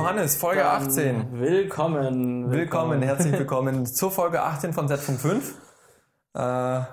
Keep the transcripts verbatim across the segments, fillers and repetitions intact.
Johannes, Folge Dann achtzehn. Willkommen, willkommen. Willkommen, herzlich willkommen zur Folge achtzehn von Z fünf. Äh, ja,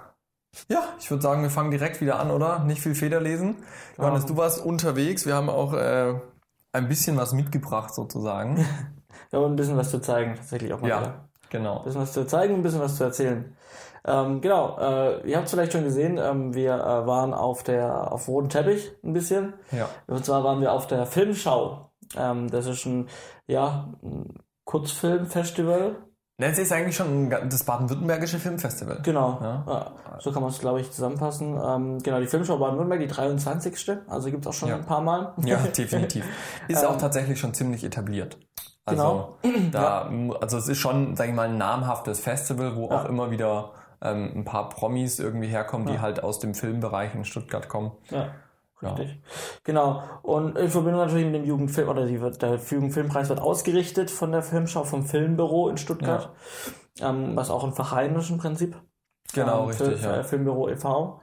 ich würde sagen, wir fangen direkt wieder an, oder? Nicht viel Federlesen. Ja. Johannes, du warst unterwegs. Wir haben auch äh, ein bisschen was mitgebracht, sozusagen. Wir haben ein bisschen was zu zeigen, tatsächlich auch mal ja, wieder. Genau. Ein bisschen was zu zeigen, ein bisschen was zu erzählen. Ähm, genau, äh, ihr habt es vielleicht schon gesehen, ähm, wir äh, waren auf der auf roten Teppich ein bisschen. Ja. Und zwar waren wir auf der Filmschau. Ähm, das ist ein, ja, ein Kurzfilmfestival. Das ist eigentlich schon das baden-württembergische Filmfestival. Genau, ja. Ja, so kann man es, glaube ich, zusammenfassen. Ähm, genau, die Filmschau Baden-Württemberg, die dreiundzwanzigste Also gibt es auch schon ja. ein paar Mal. Ja, definitiv. Ist auch tatsächlich schon ziemlich etabliert. Also, genau. Da, also es ist schon, sag ich mal, ein namhaftes Festival, wo ja. auch immer wieder ähm, ein paar Promis irgendwie herkommen, die ja. halt aus dem Filmbereich in Stuttgart kommen. Ja, richtig. Ja. Genau. Und in Verbindung natürlich mit dem Jugendfilm, oder die wird, der Jugendfilmpreis wird ausgerichtet von der Filmschau, vom Filmbüro in Stuttgart, ja. ähm, was auch ein Verein ist im Prinzip. Genau, ähm, richtig. Für, ja. Filmbüro e V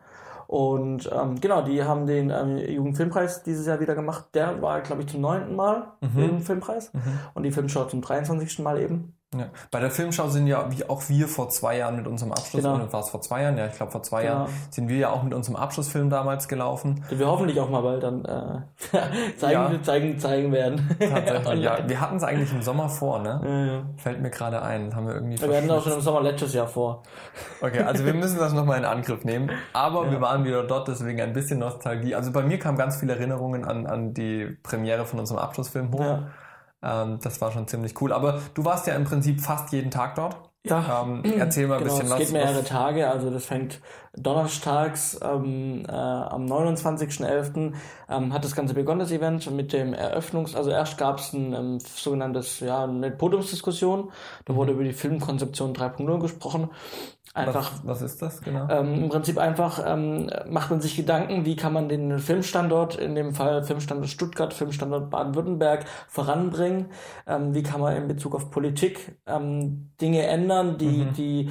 Und ähm, genau, die haben den ähm, Jugendfilmpreis dieses Jahr wieder gemacht. Der war, glaube ich, zum neunten Mal mhm. im Filmpreis mhm. und die Filmschau zum dreiundzwanzigsten Mal eben. Ja. Bei der Filmschau sind ja wie auch wir vor zwei Jahren mit unserem Abschluss, genau. oder war es vor zwei Jahren? Ja, ich glaube vor zwei genau. Jahren sind wir ja auch mit unserem Abschlussfilm damals gelaufen. Den wir hoffentlich auch mal bald dann äh, zeigen, ja. zeigen, zeigen werden. Tatsächlich, ja. Wir hatten es eigentlich im Sommer vor, ne? Ja, ja. Fällt mir gerade ein. Das haben wir irgendwie Wir hatten auch schon im Sommer letztes Jahr vor. Okay, also wir müssen das nochmal in Angriff nehmen. Aber ja. wir waren wieder dort, deswegen ein bisschen Nostalgie. Also bei mir kamen ganz viele Erinnerungen an, an die Premiere von unserem Abschlussfilm hoch. Ja. Ähm, das war schon ziemlich cool. Aber du warst ja im Prinzip fast jeden Tag dort. Ja, ähm, erzähl mal ein genau, bisschen es was. Es geht mehrere Tage, also das fängt donnerstags ähm, äh, am neunundzwanzigsten elften Ähm, hat das Ganze begonnen, das Event, mit dem Eröffnungs-, also erst gab es ein ähm, sogenanntes, ja, eine Podiumsdiskussion, da wurde mhm. über die Filmkonzeption drei Punkt null gesprochen. Einfach, was, was ist das genau? Ähm, Im Prinzip einfach ähm, macht man sich Gedanken, wie kann man den Filmstandort, in dem Fall Filmstandort Stuttgart, Filmstandort Baden-Württemberg, voranbringen, ähm, wie kann man in Bezug auf Politik ähm, Dinge ändern, die, mhm. die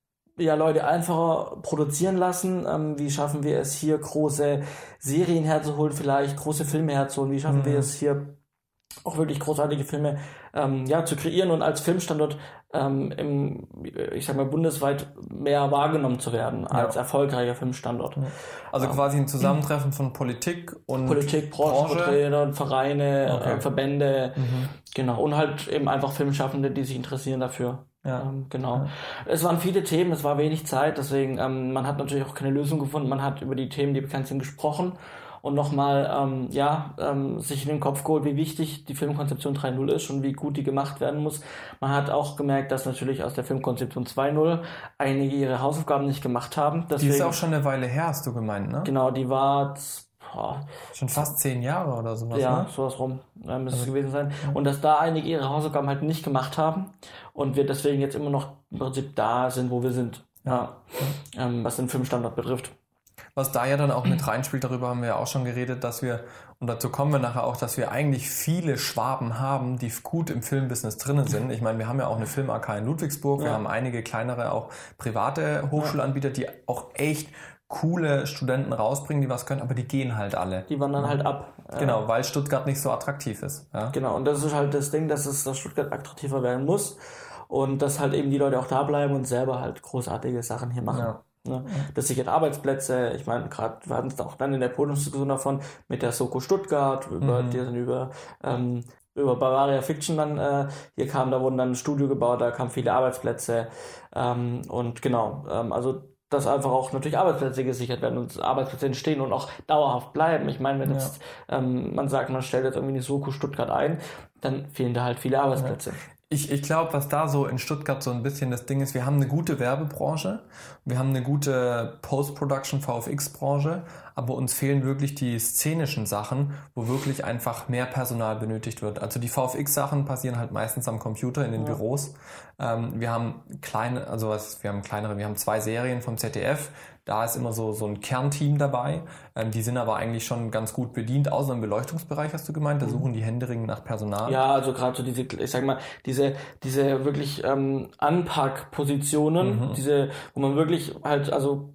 ja Leute einfacher produzieren lassen, ähm, wie schaffen wir es hier, große Serien herzuholen, vielleicht große Filme herzuholen, wie schaffen mhm. wir es hier auch wirklich großartige Filme ähm, ja, zu kreieren und als Filmstandort ähm, im, ich sag mal, bundesweit mehr wahrgenommen zu werden als ja. erfolgreicher Filmstandort. Also ähm, quasi ein Zusammentreffen von Politik und Politik, Branchenvertreter, Vereine, okay. äh, Verbände, mhm. genau, und halt eben einfach Filmschaffende, die sich interessieren dafür. Ja. Ähm, genau. Ja. Es waren viele Themen, es war wenig Zeit, deswegen ähm, man hat natürlich auch keine Lösung gefunden, man hat über die Themen, die bekannt sind, gesprochen. Und nochmal, ähm, ja, ähm, sich in den Kopf geholt, wie wichtig die Filmkonzeption drei Punkt null ist und wie gut die gemacht werden muss. Man hat auch gemerkt, dass natürlich aus der Filmkonzeption zwei Punkt null einige ihre Hausaufgaben nicht gemacht haben. Deswegen, die ist auch schon eine Weile her, hast du gemeint, ne? Genau, die war boah, schon fast zehn Jahre oder sowas. Ja, ne? sowas rum äh, müsste also, es gewesen sein. Ja. Und dass da einige ihre Hausaufgaben halt nicht gemacht haben und wir deswegen jetzt immer noch im Prinzip da sind, wo wir sind, ja. Ja. Ähm, was den Filmstandort betrifft. Was da ja dann auch mit reinspielt, darüber haben wir ja auch schon geredet, dass wir, und dazu kommen wir nachher auch, dass wir eigentlich viele Schwaben haben, die gut im Filmbusiness drinnen sind. Ich meine, wir haben ja auch eine Film-A K in Ludwigsburg, ja. wir haben einige kleinere, auch private Hochschulanbieter, die auch echt coole Studenten rausbringen, die was können, aber die gehen halt alle. Die wandern halt ab. Genau, weil Stuttgart nicht so attraktiv ist. Ja? Genau, und das ist halt das Ding, dass es dass Stuttgart attraktiver werden muss und dass halt eben die Leute auch da bleiben und selber halt großartige Sachen hier machen. Ja. Ne? Das sichert Arbeitsplätze. Ich meine, gerade wir hatten es auch dann in der Podiumsdiskussion davon mit der Soko Stuttgart, über mhm. die sind über ähm, über Bavaria Fiction dann äh, hier kam, da wurden dann ein Studio gebaut, da kamen viele Arbeitsplätze ähm, und genau, ähm, also dass einfach auch natürlich Arbeitsplätze gesichert werden und Arbeitsplätze entstehen und auch dauerhaft bleiben. Ich meine, wenn ja. jetzt ähm, man sagt, man stellt jetzt irgendwie eine Soko Stuttgart ein, dann fehlen da halt viele Arbeitsplätze. Ja. Ich, ich glaube, was da so in Stuttgart so ein bisschen das Ding ist, wir haben eine gute Werbebranche, wir haben eine gute Post-Production V F X-Branche, aber uns fehlen wirklich die szenischen Sachen, wo wirklich einfach mehr Personal benötigt wird. Also die V F X-Sachen passieren halt meistens am Computer in den ja. Büros. Ähm, wir haben kleine, also was, wir haben kleinere, wir haben zwei Serien vom Z D F. Da ist immer so so ein Kernteam dabei. Ähm, die sind aber eigentlich schon ganz gut bedient, außer im Beleuchtungsbereich, hast du gemeint. Da suchen die händeringend nach Personal. Ja, also gerade so diese, ich sag mal, diese diese wirklich ähm, Anpackpositionen, mhm. diese, wo man wirklich halt, also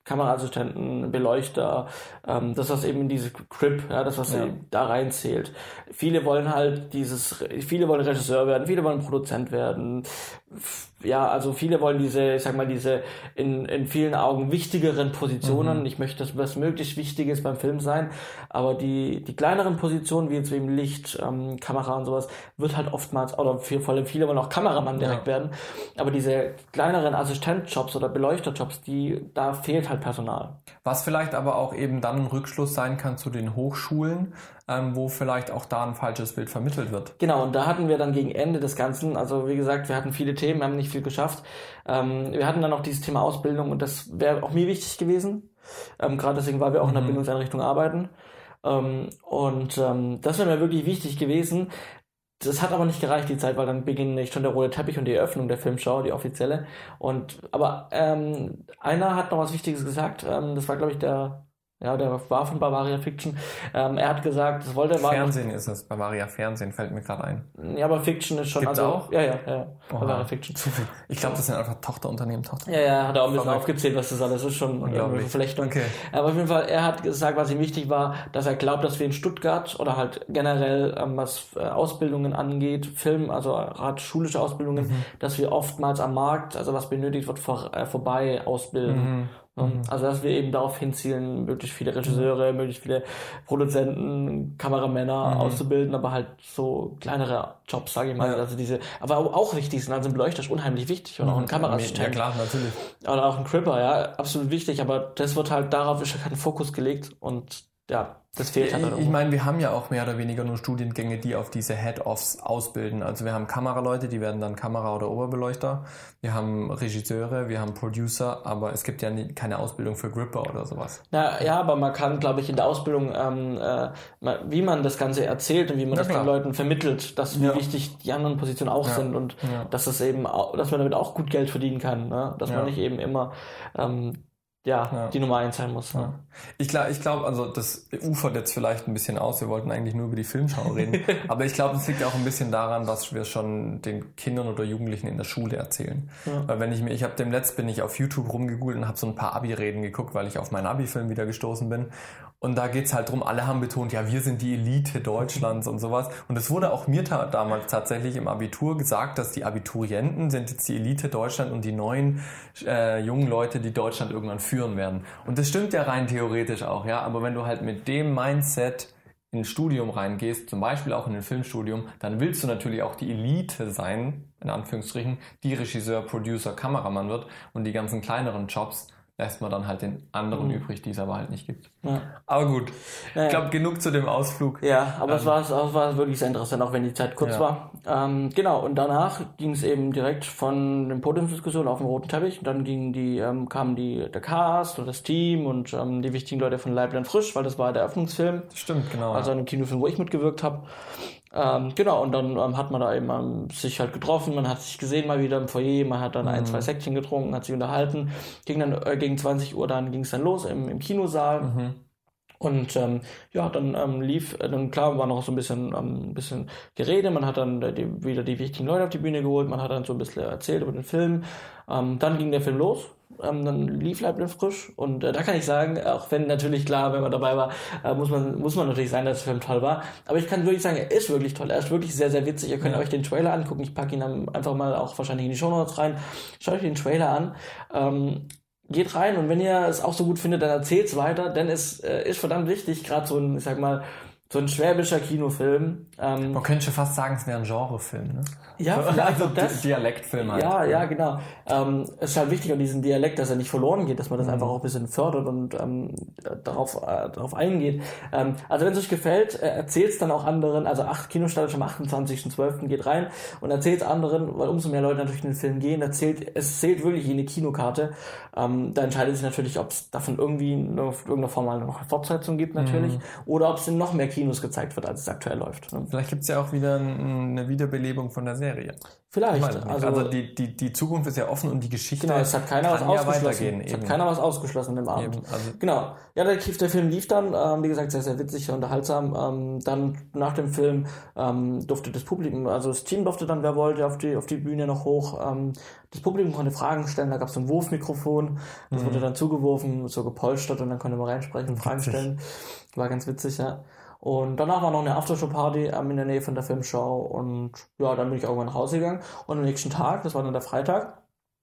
Kameraassistenten, Beleuchter, ähm, das, was eben in diese Crib, ja, das, was ja. da reinzählt. Viele wollen halt dieses, viele wollen Regisseur werden, viele wollen Produzent werden. Ja, also viele wollen diese, ich sag mal, diese in, in vielen Augen wichtigeren Positionen. Mhm. Ich möchte, dass was möglichst Wichtiges beim Film sein, aber die, die kleineren Positionen, wie jetzt eben Licht, ähm, Kamera und sowas, wird halt oftmals, oder für, vor allem viele wollen auch Kameramann direkt ja. werden, aber diese kleineren Assistentjobs oder Beleuchterjobs, die, da fehlt halt Personal. Was vielleicht aber auch eben dann ein Rückschluss sein kann zu den Hochschulen, ähm, wo vielleicht auch da ein falsches Bild vermittelt wird. Genau, und da hatten wir dann gegen Ende des Ganzen, also wie gesagt, wir hatten viele Themen, wir haben nicht viel geschafft. Ähm, wir hatten dann auch dieses Thema Ausbildung und das wäre auch mir wichtig gewesen, ähm, gerade deswegen, weil wir auch mhm. in der Bildungseinrichtung arbeiten. Ähm, und ähm, das wäre mir wirklich wichtig gewesen. Das hat aber nicht gereicht, die Zeit, weil dann beginnt schon der rote Teppich und die Eröffnung der Filmschau, die offizielle. Und aber ähm, einer hat noch was Wichtiges gesagt, ähm, das war, glaube ich, der Ja, der war von Bavaria Fiction. Ähm, er hat gesagt, das wollte er mal. Fernsehen ist es. Bavaria Fernsehen fällt mir gerade ein. Ja, aber Fiction ist schon. Gibt's also auch? Ja, ja, ja. Bavaria Fiction. Ich glaube, das sind einfach Tochterunternehmen, Tochter. Ja, ja, hat er auch ein bisschen aufgezählt, was das alles ist, schon eine Verflechtung. Okay. Aber auf jeden Fall, er hat gesagt, was ihm wichtig war, dass er glaubt, dass wir in Stuttgart oder halt generell, ähm, was äh, Ausbildungen angeht, Film, also Art schulische Ausbildungen, mhm. dass wir oftmals am Markt, also was benötigt wird, vor, äh, vorbei ausbilden. Mhm. Mhm. Also, dass wir eben darauf hinzielen, möglichst viele Regisseure, mhm. möglichst viele Produzenten, Kameramänner mhm. auszubilden, aber halt so kleinere Jobs, sage ich mal, ja. also diese, aber auch wichtig sind, also ein Beleuchter ist unheimlich wichtig und mhm. auch ein Kameraassistent. Ja, klar, natürlich. Oder auch ein Cripper, ja, absolut wichtig, aber das wird halt, darauf ist ja kein Fokus gelegt und ja, das fehlt halt. Ich, ich meine, wir haben ja auch mehr oder weniger nur Studiengänge, die auf diese Head-Offs ausbilden. Also wir haben Kameraleute, die werden dann Kamera- oder Oberbeleuchter. Wir haben Regisseure, wir haben Producer, aber es gibt ja nie, keine Ausbildung für Gripper oder sowas. Na, ja, aber man kann, glaube ich, in der Ausbildung, ähm, äh, wie man das Ganze erzählt und wie man ja, das klar. den Leuten vermittelt, dass wie ja. wichtig die anderen Positionen auch ja. sind und ja. dass es eben, auch, dass man damit auch gut Geld verdienen kann, ne? Dass ja. man nicht eben immer ähm, Ja, ja, die Nummer eins sein muss. Ne? Ja. Ich glaube, ich glaub, also das ufert jetzt vielleicht ein bisschen aus. Wir wollten eigentlich nur über die Filmschau reden. Aber ich glaube, es liegt auch ein bisschen daran, was wir schon den Kindern oder Jugendlichen in der Schule erzählen. Ja. Weil wenn ich mir, ich habe dem letzt bin ich auf YouTube rumgegoogelt und habe so ein paar Abi-Reden geguckt, weil ich auf meinen Abi-Film wieder gestoßen bin. Und da geht's halt drum, alle haben betont, ja, wir sind die Elite Deutschlands und sowas. Und es wurde auch mir ta- damals tatsächlich im Abitur gesagt, dass die Abiturienten sind jetzt die Elite Deutschland und die neuen äh, jungen Leute, die Deutschland irgendwann führen werden. Und das stimmt ja rein theoretisch auch, ja. Aber wenn du halt mit dem Mindset ins Studium reingehst, zum Beispiel auch in ein Filmstudium, dann willst du natürlich auch die Elite sein, in Anführungsstrichen, die Regisseur, Producer, Kameramann wird und die ganzen kleineren Jobs lässt man dann halt den anderen mhm. übrig, die es aber halt nicht gibt. Ja. Aber gut, naja. Ich glaube, genug zu dem Ausflug. Ja, aber ähm, es war, es war wirklich sehr interessant, auch wenn die Zeit kurz ja. war. Ähm, genau, und danach ging es eben direkt von den Podiumsdiskussionen auf den roten Teppich. Und dann gingen die, ähm, kamen die, der Cast und das Team und ähm, die wichtigen Leute von Leibland Frisch, weil das war der Eröffnungsfilm. Stimmt, genau. Also ein Kinofilm, wo ich mitgewirkt habe. Ähm, genau, und dann ähm, hat man da eben ähm, sich halt getroffen, man hat sich gesehen mal wieder im Foyer, man hat dann mhm. ein, zwei Säckchen getrunken, hat sich unterhalten, ging dann äh, gegen zwanzig Uhr, dann ging es dann los im, im Kinosaal mhm. und ähm, ja, dann ähm, lief, äh, dann klar war noch so ein bisschen ähm, ein bisschen Gerede, man hat dann äh, die, wieder die wichtigen Leute auf die Bühne geholt, man hat dann so ein bisschen erzählt über den Film, ähm, dann ging der Film los. Ähm, dann lief Leibland Frisch und äh, da kann ich sagen, auch wenn natürlich klar, wenn man dabei war, äh, muss man muss man natürlich sagen, dass der Film toll war, aber ich kann wirklich sagen, er ist wirklich toll, er ist wirklich sehr, sehr witzig, ihr könnt ja. euch den Trailer angucken, ich packe ihn dann einfach mal auch wahrscheinlich in die Shownotes rein, schaut euch den Trailer an, ähm, geht rein und wenn ihr es auch so gut findet, dann erzählt's weiter, denn es äh, ist verdammt wichtig, gerade so ein, ich sag mal, so ein schwäbischer Kinofilm. Ähm, Man könnte schon fast sagen, es wäre ein Genrefilm, ne? Ja, vielleicht also das. Dialektfilm halt. Ja, ja, genau. Ähm, es ist halt wichtig an diesen Dialekt, dass er nicht verloren geht, dass man das mhm. einfach auch ein bisschen fördert und ähm, darauf, äh, darauf eingeht. Ähm, also wenn es euch gefällt, äh, erzählt's dann auch anderen, also acht Kinostart am achtundzwanzigsten zwölften geht rein und erzählt's anderen, weil umso mehr Leute natürlich in den Film gehen, erzählt, es zählt wirklich jede Kinokarte. Ähm, da entscheidet sich natürlich, ob es davon irgendwie in irgendeiner Form mal noch eine Fortsetzung gibt natürlich mhm. oder ob es noch mehr Kinokarte Kinos gezeigt wird, als es aktuell läuft. Ne? Vielleicht gibt es ja auch wieder eine Wiederbelebung von der Serie. Vielleicht. Also, also die, die, die Zukunft ist ja offen und die Geschichte genau, es hat keiner was kann ja ausgeschlossen. weitergehen. Es eben. hat keiner was ausgeschlossen im Abend. Eben, also genau. Ja, der, der Film lief dann, ähm, wie gesagt, sehr, sehr witzig, sehr unterhaltsam. Ähm, dann nach dem Film ähm, durfte das Publikum, also das Team durfte dann, wer wollte, auf die, auf die Bühne noch hoch. Ähm, das Publikum konnte Fragen stellen, da gab es so ein Wurfmikrofon, das mhm. wurde dann zugeworfen, so gepolstert und dann konnte man reinsprechen und Fragen witzig. stellen. War ganz witzig, ja. Und danach war noch eine Aftershow-Party ähm, in der Nähe von der Filmschau und ja, dann bin ich irgendwann nach Hause gegangen und am nächsten Tag, das war dann der Freitag,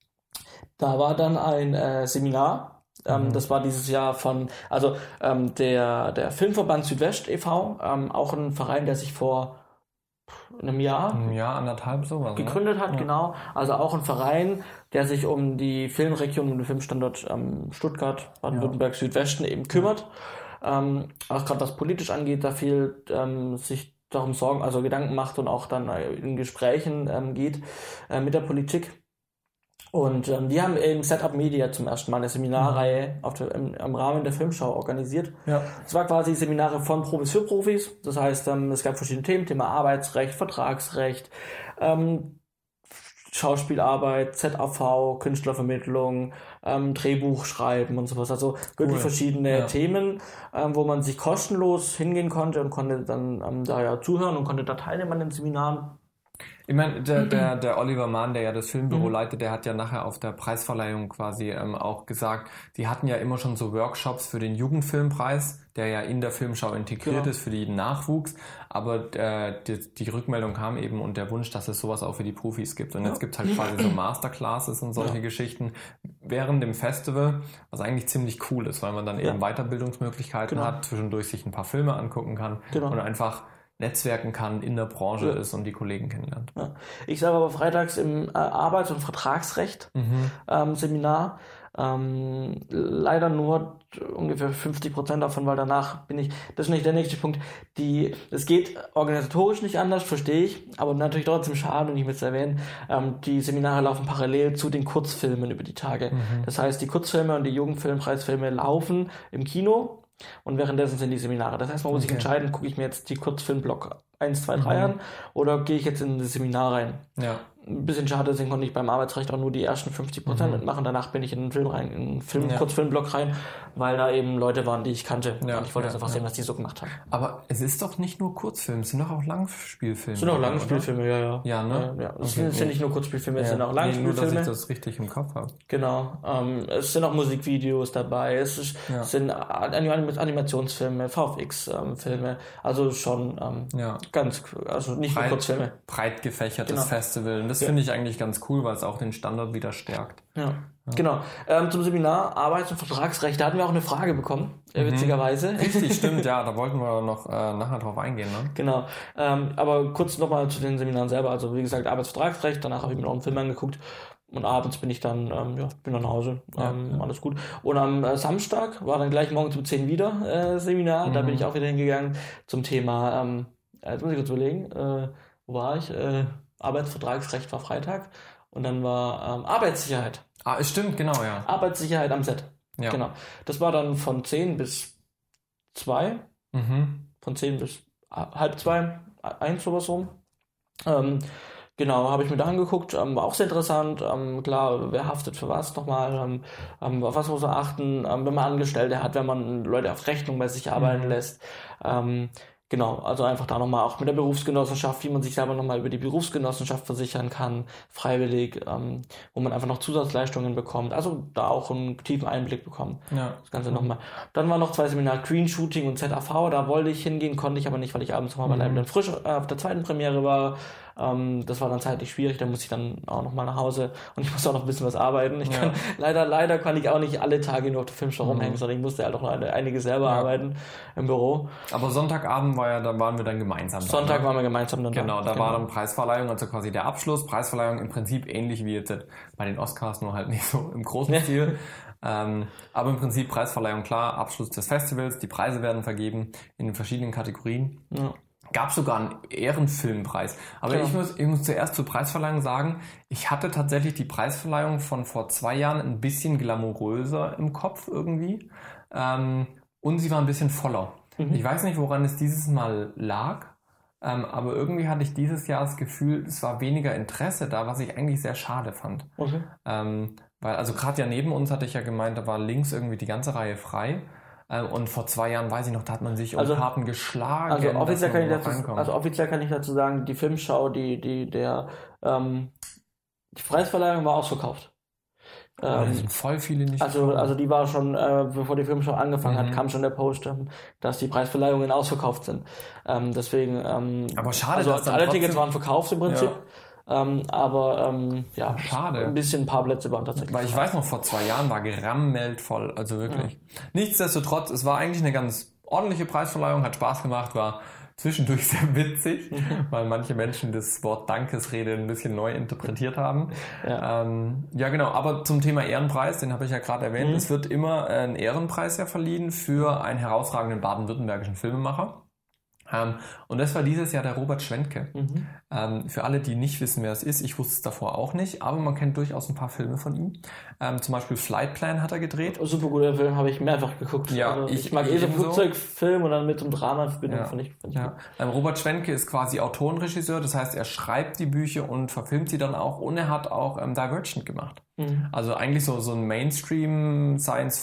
da war dann ein äh, Seminar, ähm, mhm. das war dieses Jahr von, also ähm, der, der Filmverband Südwest e V, ähm, auch ein Verein, der sich vor einem Jahr, ein Jahr, anderthalb sowas, gegründet ne? hat, ja. genau, also auch ein Verein, der sich um die Filmregion und den Filmstandort ähm, Stuttgart, Baden-Württemberg, ja. Südwesten eben kümmert. Ja. Ähm, auch gerade was politisch angeht, da viel ähm, sich darum Sorgen, also Gedanken macht und auch dann äh, in Gesprächen ähm, geht äh, mit der Politik. Und ähm, die haben im Setup Media zum ersten Mal eine Seminarreihe auf der, im, im Rahmen der Filmschau organisiert. Ja. Es war quasi Seminare von Profis für Profis. Das heißt, ähm, es gab verschiedene Themen, Thema Arbeitsrecht, Vertragsrecht, ähm, Schauspielarbeit, Z A V, Künstlervermittlung, ähm, Drehbuch schreiben und sowas. Also wirklich cool. verschiedene ja. Themen, ähm, wo man sich kostenlos hingehen konnte und konnte dann ähm, da ja zuhören und konnte da teilnehmen an den Seminaren. Ich meine, der, der, der Oliver Mahn, der ja das Filmbüro mhm. leitet, der hat ja nachher auf der Preisverleihung quasi ähm, auch gesagt, die hatten ja immer schon so Workshops für den Jugendfilmpreis, der ja in der Filmschau integriert genau. ist für den Nachwuchs, aber äh, die, die Rückmeldung kam eben und der Wunsch, dass es sowas auch für die Profis gibt. Und ja. jetzt gibt es halt quasi so Masterclasses und solche ja. Geschichten während dem Festival, was eigentlich ziemlich cool ist, weil man dann eben ja. Weiterbildungsmöglichkeiten genau. hat, zwischendurch sich ein paar Filme angucken kann genau. und einfach netzwerken kann, in der Branche ja. ist und die Kollegen kennenlernt. Ja. Ich selber war freitags im äh, Arbeits- und Vertragsrecht mhm. ähm, Seminar. Ähm, leider nur ungefähr fünfzig Prozent davon, weil danach bin ich, das ist nicht der nächste Punkt, die, es geht organisatorisch nicht anders, verstehe ich, aber natürlich trotzdem schade, und ich möchte es erwähnen, ähm, die Seminare laufen parallel zu den Kurzfilmen über die Tage. Mhm. Das heißt, die Kurzfilme und die Jugendfilmpreisfilme laufen im Kino, und währenddessen sind die Seminare. Das heißt, man muss okay. sich entscheiden, gucke ich mir jetzt die Kurzfilmblock eins, zwei, drei mhm. an oder gehe ich jetzt in das Seminar rein. Ja. Ein bisschen schade, deswegen konnte ich beim Arbeitsrecht auch nur die ersten fünfzig Prozent mhm. mitmachen. Danach bin ich in den Film rein, in den Film, ja. Kurzfilmblock rein, weil da eben Leute waren, die ich kannte. Ja. Und ich wollte ja. jetzt einfach ja. sehen, was die so gemacht haben. Aber es ist doch nicht nur Kurzfilm, es sind doch auch Langspielfilme. Es sind auch Langspielfilme, ja, ja. Ja, ne? Ja, ja. Es okay, sind nicht nur Kurzspielfilme, es ja. sind auch Langspielfilme. Nee, nur, dass ich das richtig im Kopf habe. Genau. Ähm, es sind auch Musikvideos dabei, es, ist, ja. es sind Animationsfilme, V F X-Filme, ähm, also schon ähm, ja. ganz, also nicht breit, nur Kurzfilme. Breit gefächertes genau. Festival. Und das ja. finde ich eigentlich ganz cool, weil es auch den Standard wieder stärkt. Ja, ja. genau. Ähm, zum Seminar Arbeits- und Vertragsrecht, da hatten wir auch eine Frage bekommen, mhm. witzigerweise. Richtig, stimmt, ja, da wollten wir noch äh, nachher drauf eingehen. Ne? Genau. Ähm, aber kurz nochmal zu den Seminaren selber. Also wie gesagt, Arbeits- und Vertragsrecht, danach habe ich mir noch einen Film angeguckt. Und abends bin ich dann, ähm, ja, bin dann nach Hause. Ähm, ja, ja. Alles gut. Und am äh, Samstag war dann gleich morgens um zehn wieder äh, Seminar. Mhm. Da bin ich auch wieder hingegangen zum Thema, ähm, jetzt muss ich kurz überlegen, äh, wo war ich? Äh, Arbeitsvertragsrecht war Freitag. Und dann war ähm, Arbeitssicherheit. Ah, es stimmt, genau, ja. Arbeitssicherheit am Set. Ja. Genau. Das war dann von zehn bis zwei. Mhm. Von zehn bis halb zwei, eins sowas rum. Ähm, Genau, habe ich mir da angeguckt, ähm, war auch sehr interessant, ähm, klar, wer haftet für was nochmal, ähm, ähm, auf was muss man achten, ähm, wenn man Angestellte hat, wenn man Leute auf Rechnung bei sich arbeiten mhm. lässt, ähm, genau, also einfach da nochmal auch mit der Berufsgenossenschaft, wie man sich selber nochmal über die Berufsgenossenschaft versichern kann, freiwillig, ähm, wo man einfach noch Zusatzleistungen bekommt, also da auch einen tiefen Einblick bekommen, ja. das Ganze mhm. nochmal. Dann waren noch zwei Seminare, Green Shooting und Z A V, da wollte ich hingehen, konnte ich aber nicht, weil ich abends nochmal mhm. bei Leibniz frisch äh, auf der zweiten Premiere war. Ähm, das war dann zeitlich schwierig, da musste ich dann auch nochmal nach Hause und ich musste auch noch ein bisschen was arbeiten. Ich kann, ja. leider, leider kann ich auch nicht alle Tage nur auf der Filmschau mhm. rumhängen, sondern ich musste halt auch noch eine, einige selber ja. arbeiten im Büro. Aber Sonntagabend war ja, da waren wir dann gemeinsam. Sonntag da, ne? waren wir gemeinsam dann Genau, da, da genau. war dann Preisverleihung, also quasi der Abschluss. Preisverleihung im Prinzip ähnlich wie jetzt bei den Oscars, nur halt nicht so im großen ja. Stil. Ähm, aber im Prinzip Preisverleihung, klar, Abschluss des Festivals, die Preise werden vergeben in den verschiedenen Kategorien. Ja. Gab sogar einen Ehrenfilmpreis. Aber genau. ich muss, ich muss zuerst zur Preisverleihung sagen, ich hatte tatsächlich die Preisverleihung von vor zwei Jahren ein bisschen glamouröser im Kopf irgendwie. Ähm, und sie war ein bisschen voller. Mhm. Ich weiß nicht, woran es dieses Mal lag, ähm, aber irgendwie hatte ich dieses Jahr das Gefühl, es war weniger Interesse da, was ich eigentlich sehr schade fand. Okay. Ähm, weil, also gerade ja neben uns hatte ich ja gemeint, da war links irgendwie die ganze Reihe frei. Und vor zwei Jahren, weiß ich noch, da hat man sich um also, Karten geschlagen. Also offiziell, kann ich dazu, also offiziell kann ich dazu sagen, die Filmschau, die, die, der, ähm, die Preisverleihung war ausverkauft. Oh, ähm, da sind voll viele nicht Also, gekommen. Also die war schon, äh, bevor die Filmschau angefangen mhm. hat, kam schon der Post, ähm, dass die Preisverleihungen ausverkauft sind. Ähm, deswegen, ähm, aber schade, also dass alle Tickets waren verkauft im Prinzip. Ja. Ähm, aber ähm, ja, schade. Ein bisschen ein paar Plätze waren tatsächlich. Weil ich weiß noch, vor zwei Jahren war gerammelt voll, also wirklich. Ja. Nichtsdestotrotz, es war eigentlich eine ganz ordentliche Preisverleihung, hat Spaß gemacht, war zwischendurch sehr witzig, mhm. weil manche Menschen das Wort Dankesrede ein bisschen neu interpretiert haben. Ja, ähm, ja genau, aber zum Thema Ehrenpreis, den habe ich ja gerade erwähnt, mhm. es wird immer ein Ehrenpreis ja verliehen für einen herausragenden baden-württembergischen Filmemacher. Ähm, und das war dieses Jahr der Robert Schwentke. Mhm. Ähm, für alle, die nicht wissen, wer es ist, ich wusste es davor auch nicht, aber man kennt durchaus ein paar Filme von ihm. Ähm, zum Beispiel Flight Plan hat er gedreht. Super guter Film, habe ich mehrfach geguckt. Ja, also, ich, ich mag eh so Flugzeugfilm und dann mit so einem Drama Verbindung, ja, fand ich, fand ich ja. ähm, Robert Schwentke ist quasi Autorenregisseur, das heißt, er schreibt die Bücher und verfilmt sie dann auch und er hat auch ähm, Divergent gemacht. Mhm. Also eigentlich so, so ein Mainstream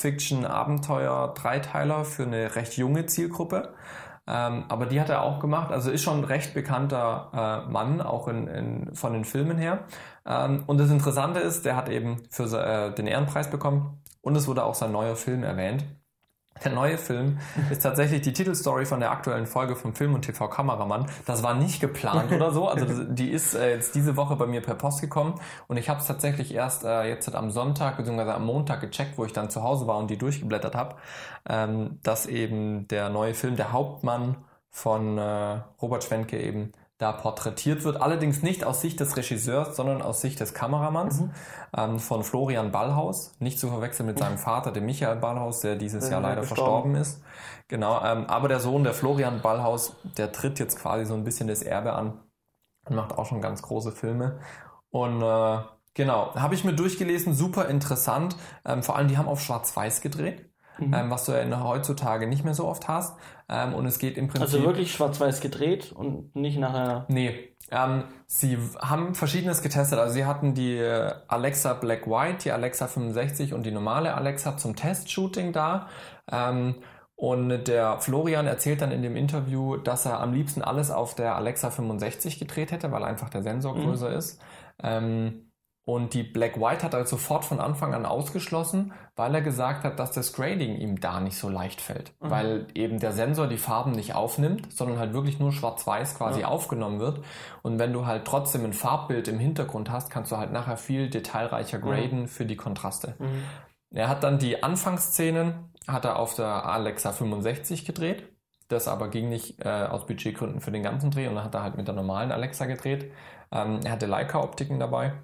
Science-Fiction-Abenteuer-Dreiteiler für eine recht junge Zielgruppe. Ähm, aber die hat er auch gemacht, also ist schon ein recht bekannter äh, Mann, auch in, in, von den Filmen her. Ähm, und das Interessante ist, der hat eben für äh, den Ehrenpreis bekommen und es wurde auch sein neuer Film erwähnt. Der neue Film ist tatsächlich die Titelstory von der aktuellen Folge vom Film- und T V-Kameramann. Das war nicht geplant oder so. Also die ist äh, jetzt diese Woche bei mir per Post gekommen und ich habe es tatsächlich erst äh, jetzt am Sonntag bzw. am Montag gecheckt, wo ich dann zu Hause war und die durchgeblättert habe, ähm, dass eben der neue Film, der Hauptmann von äh, Robert Schwentke eben da porträtiert wird. Allerdings nicht aus Sicht des Regisseurs, sondern aus Sicht des Kameramanns mhm. ähm, von Florian Ballhaus. Nicht zu verwechseln mit seinem Vater, dem Michael Ballhaus, der dieses Jahr leider verstorben ist. Genau, ähm, aber der Sohn, der Florian Ballhaus, der tritt jetzt quasi so ein bisschen das Erbe an und macht auch schon ganz große Filme. Und äh, genau, habe ich mir durchgelesen, super interessant. Ähm, vor allem, die haben auf Schwarz-Weiß gedreht. Mhm. Ähm, was du ja heutzutage nicht mehr so oft hast. Ähm, und es geht im Prinzip... Also wirklich schwarz-weiß gedreht und nicht nachher... Nee, ähm, sie haben Verschiedenes getestet. Also sie hatten die Alexa Black White, die Alexa fünfundsechzig und die normale Alexa zum Testshooting da. Ähm, und der Florian erzählt dann in dem Interview, dass er am liebsten alles auf der Alexa fünfundsechzig gedreht hätte, weil einfach der Sensor mhm. größer ist. Ähm, Und die Black White hat er sofort von Anfang an ausgeschlossen, weil er gesagt hat, dass das Grading ihm da nicht so leicht fällt. Mhm. Weil eben der Sensor die Farben nicht aufnimmt, sondern halt wirklich nur schwarz-weiß quasi ja. aufgenommen wird. Und wenn du halt trotzdem ein Farbbild im Hintergrund hast, kannst du halt nachher viel detailreicher graden mhm. für die Kontraste. Mhm. Er hat dann die Anfangsszenen, hat er auf der Alexa fünfundsechzig gedreht. Das aber ging nicht äh, aus Budgetgründen für den ganzen Dreh und dann hat er halt mit der normalen Alexa gedreht. Ähm, er hatte Leica-Optiken dabei.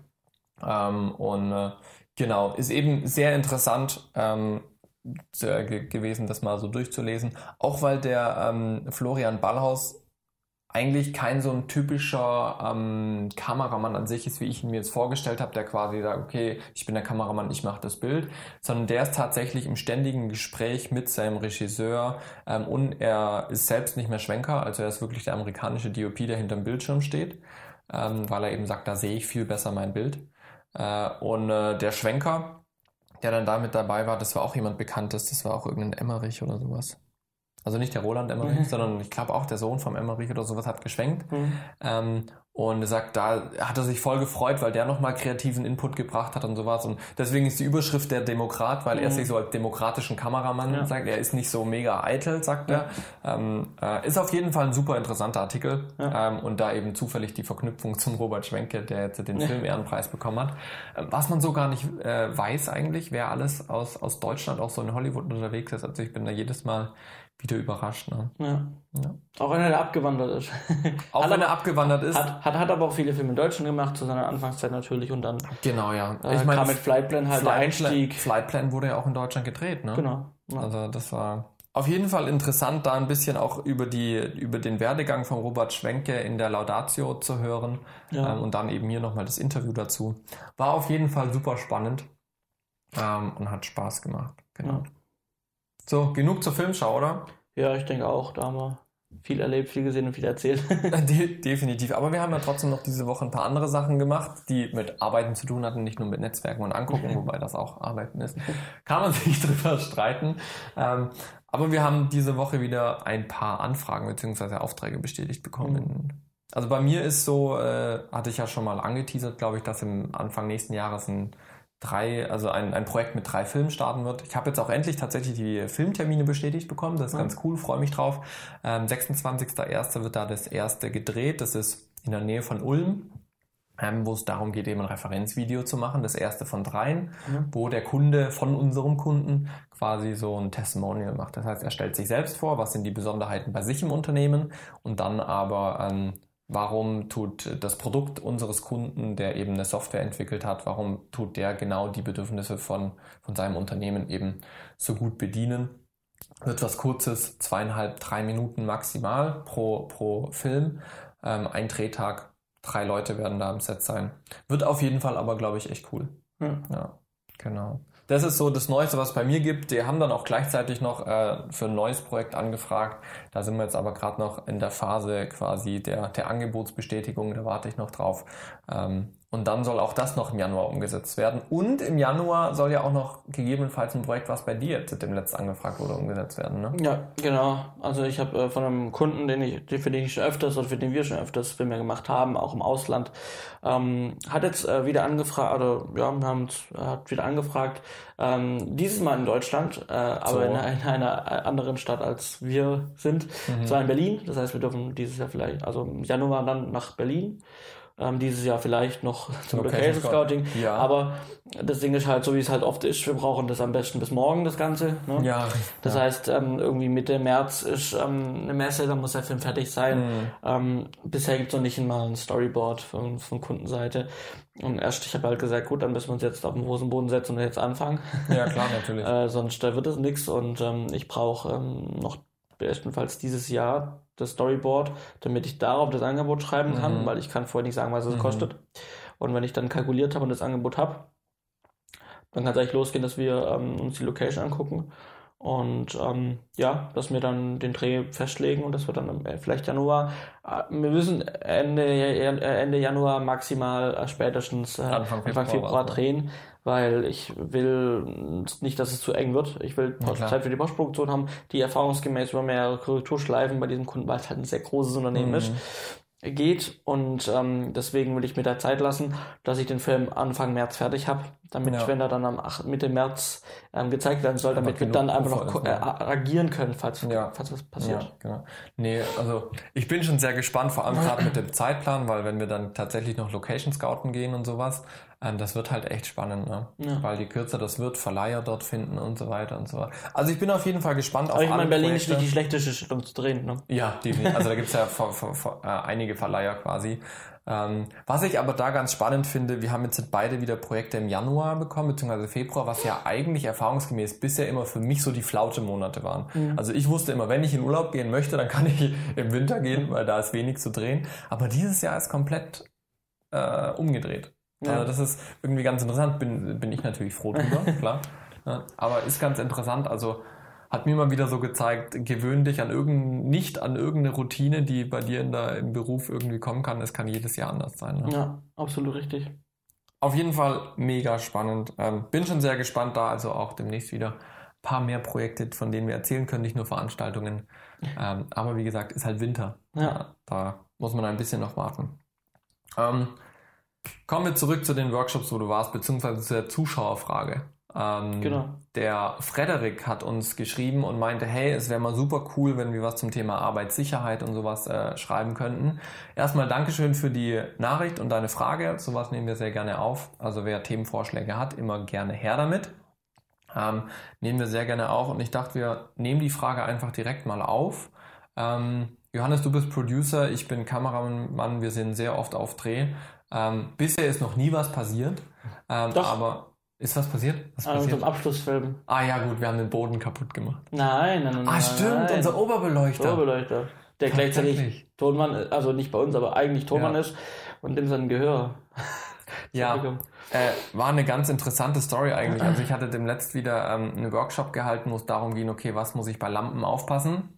Ähm, und äh, genau, ist eben sehr interessant ähm, äh, ge- gewesen, das mal so durchzulesen. Auch weil der ähm, Florian Ballhaus eigentlich kein so ein typischer ähm, Kameramann an sich ist, wie ich ihn mir jetzt vorgestellt habe, der quasi sagt, okay, ich bin der Kameramann, ich mache das Bild, sondern der ist tatsächlich im ständigen Gespräch mit seinem Regisseur ähm, und er ist selbst nicht mehr Schwenker, also er ist wirklich der amerikanische D O P, der hinterm Bildschirm steht, ähm, weil er eben sagt, da sehe ich viel besser mein Bild. Äh, und äh, der Schwenker, der dann da mit dabei war, das war auch jemand Bekanntes, das war auch irgendein Emmerich oder sowas. Also nicht der Roland Emmerich, mhm. sondern ich glaube auch der Sohn vom Emmerich oder sowas hat geschwenkt. Mhm. Ähm, und er sagt, da hat er sich voll gefreut, weil der nochmal kreativen Input gebracht hat und sowas. Und deswegen ist die Überschrift der Demokrat, weil mhm. er sich so als demokratischen Kameramann ja. sagt. Er ist nicht so mega eitel, sagt ja. er. Ähm, äh, ist auf jeden Fall ein super interessanter Artikel. Ja. Ähm, und da eben zufällig die Verknüpfung zum Robert Schwentke, der jetzt den Film-Ehrenpreis bekommen hat. Ähm, was man so gar nicht äh, weiß eigentlich, wer alles aus, aus Deutschland auch so in Hollywood unterwegs ist. Also ich bin da jedes Mal wieder überrascht. Ne? Ja. Ja. Auch wenn er abgewandert ist. Auch hat wenn er abgewandert ist. Hat, hat, hat aber auch viele Filme in Deutschland gemacht, zu seiner Anfangszeit natürlich. Und dann genau, ja. Äh, ich meine, kam mit Flightplan halt Flight der Einstieg. Flightplan wurde ja auch in Deutschland gedreht. Ne? Genau. Ja. Also das war auf jeden Fall interessant, da ein bisschen auch über, die, über den Werdegang von Robert Schwentke in der Laudatio zu hören. Ja. Ähm, und dann eben hier nochmal das Interview dazu. War auf jeden Fall super spannend ähm, und hat Spaß gemacht. Genau. Ja. So, genug zur Filmschau, oder? Ja, ich denke auch, da haben wir viel erlebt, viel gesehen und viel erzählt. De- definitiv. Aber wir haben ja trotzdem noch diese Woche ein paar andere Sachen gemacht, die mit Arbeiten zu tun hatten, nicht nur mit Netzwerken und Angucken, wobei das auch Arbeiten ist. Kann man sich drüber streiten. Ähm, aber wir haben diese Woche wieder ein paar Anfragen bzw. Aufträge bestätigt bekommen. Mhm. Also bei mir ist so, äh, hatte ich ja schon mal angeteasert, glaube ich, dass im Anfang nächsten Jahres ein drei, also ein, ein Projekt mit drei Filmen starten wird. Ich habe jetzt auch endlich tatsächlich die Filmtermine bestätigt bekommen. Das ist ja ganz cool, freue mich drauf. Ähm, sechsundzwanzigster erster wird da das erste gedreht. Das ist in der Nähe von Ulm, ähm, wo es darum geht, eben ein Referenzvideo zu machen. Das erste von dreien, mhm. wo der Kunde von unserem Kunden quasi so ein Testimonial macht. Das heißt, er stellt sich selbst vor, was sind die Besonderheiten bei sich im Unternehmen und dann aber ähm, warum tut das Produkt unseres Kunden, der eben eine Software entwickelt hat, warum tut der genau die Bedürfnisse von, von seinem Unternehmen eben so gut bedienen? Wird was Kurzes, zweieinhalb, drei Minuten maximal pro, pro Film. Ähm, ein Drehtag, drei Leute werden da am Set sein. Wird auf jeden Fall aber, glaube ich, echt cool. Hm. Ja, genau. Das ist so das Neueste, was es bei mir gibt. Die haben dann auch gleichzeitig noch äh, für ein neues Projekt angefragt. Da sind wir jetzt aber gerade noch in der Phase quasi der, der Angebotsbestätigung. Da warte ich noch drauf. Ähm, und dann soll auch das noch im Januar umgesetzt werden. Und im Januar soll ja auch noch gegebenenfalls ein Projekt, was bei dir jetzt dem letzten angefragt wurde, umgesetzt werden. Ne? Ja, genau. Also ich habe äh, von einem Kunden, den ich, für den ich schon öfters oder für den wir schon öfters Filme gemacht haben, auch im Ausland, ähm, hat jetzt äh, wieder angefragt, oder ja, wir haben hat wieder angefragt, ähm, dieses Mal in Deutschland, äh, aber so. in, in einer anderen Stadt als wir sind. Mhm. Zwar in Berlin, das heißt, wir dürfen dieses Jahr vielleicht, also im Januar dann nach Berlin. Ähm, dieses Jahr vielleicht noch zum Location Scouting. Ja. Aber das Ding ist halt, so wie es halt oft ist, wir brauchen das am besten bis morgen, das Ganze. Ne? Ja. Das ja. heißt, ähm, irgendwie Mitte März ist ähm, eine Messe, da muss der Film fertig sein. Mhm. Ähm, bisher gibt es noch nicht mal ein Storyboard von, von Kundenseite. Und erst, ich habe halt gesagt, gut, dann müssen wir uns jetzt auf den Hosenboden setzen und jetzt anfangen. Ja, klar, natürlich. äh, sonst da wird es nichts und ähm, ich brauche ähm, noch bestenfalls dieses Jahr das Storyboard, damit ich darauf das Angebot schreiben kann, mhm. weil ich kann vorher nicht sagen, was es mhm. kostet. Und wenn ich dann kalkuliert habe und das Angebot habe, dann kann es eigentlich losgehen, dass wir ähm, uns die Location angucken und ähm, ja, dass wir dann den Dreh festlegen und das wird dann äh, vielleicht Januar. Äh, wir müssen Ende, äh, Ende Januar maximal äh, spätestens äh, Anfang Februar, Anfang Februar drehen, weil ich will nicht, dass es zu eng wird. Ich will ja, Zeit für die Postproduktion haben, die erfahrungsgemäß über mehrere Korrekturschleifen bei diesem Kunden, weil es halt ein sehr großes Unternehmen mhm. ist, geht und ähm, deswegen will ich mir da Zeit lassen, dass ich den Film Anfang März fertig habe, damit, ja. wenn er dann am achten Mitte März ähm, gezeigt werden soll, damit wir dann einfach noch äh, agieren können, falls, ja. falls was passiert. Ja, genau. Nee, also ich bin schon sehr gespannt, vor allem gerade mit dem Zeitplan, weil wenn wir dann tatsächlich noch Location scouten gehen und sowas, ähm, das wird halt echt spannend, ne? Ja. Weil je kürzer das wird, Verleiher dort finden und so weiter und so weiter. Also ich bin auf jeden Fall gespannt auf alle Projekte. Aber ich meine, Berlin ist nicht die schlechteste Stadt, um zu drehen, ne? Ja, definitiv. Also da gibt's ja vor, vor, vor, äh, einige Verleiher quasi. Ähm, was ich aber da ganz spannend finde, wir haben jetzt beide wieder Projekte im Januar bekommen, beziehungsweise Februar, was ja eigentlich erfahrungsgemäß bisher immer für mich so die Flaute-Monate waren. Mhm. Also ich wusste immer, wenn ich in Urlaub gehen möchte, dann kann ich im Winter gehen, weil da ist wenig zu drehen. Aber dieses Jahr ist komplett äh, umgedreht. Ja. Also das ist irgendwie ganz interessant, bin, bin ich natürlich froh drüber, klar. Ja, aber ist ganz interessant, also hat mir mal wieder so gezeigt, gewöhn dich an irgendein, nicht an irgendeine Routine, die bei dir in der, im Beruf irgendwie kommen kann. Es kann jedes Jahr anders sein. Ne? Ja, absolut richtig. Auf jeden Fall mega spannend. Ähm, bin schon sehr gespannt, da also auch demnächst wieder ein paar mehr Projekte, von denen wir erzählen können, nicht nur Veranstaltungen. Ähm, aber wie gesagt, ist halt Winter. Ja. Ja, da muss man ein bisschen noch warten. Ähm, kommen wir zurück zu den Workshops, wo du warst, beziehungsweise zu der Zuschauerfrage. Ähm, genau. Der Frederik hat uns geschrieben und meinte, hey, es wäre mal super cool, wenn wir was zum Thema Arbeitssicherheit und sowas äh, schreiben könnten. Erstmal Dankeschön für die Nachricht und deine Frage. Sowas nehmen wir sehr gerne auf. Also wer Themenvorschläge hat, immer gerne her damit. Ähm, nehmen wir sehr gerne auf und ich dachte, wir nehmen die Frage einfach direkt mal auf. Ähm, Johannes, du bist Producer, ich bin Kameramann, wir sind sehr oft auf Dreh. Ähm, bisher ist noch nie was passiert, ähm, Doch. aber ist was passiert? Was ah, passiert? Unserem Abschlussfilm. Ah ja gut, wir haben den Boden kaputt gemacht. Nein, nein, nein. Ah stimmt, nein. unser Oberbeleuchter. Oberbeleuchter, der gleichzeitig Tonmann, also nicht bei uns, aber eigentlich Tonmann ja. ist und dem sein Gehör. Ja, äh, war eine ganz interessante Story eigentlich. Also ich hatte demnächst wieder ähm, einen Workshop gehalten, wo es darum ging, okay, was muss ich bei Lampen aufpassen?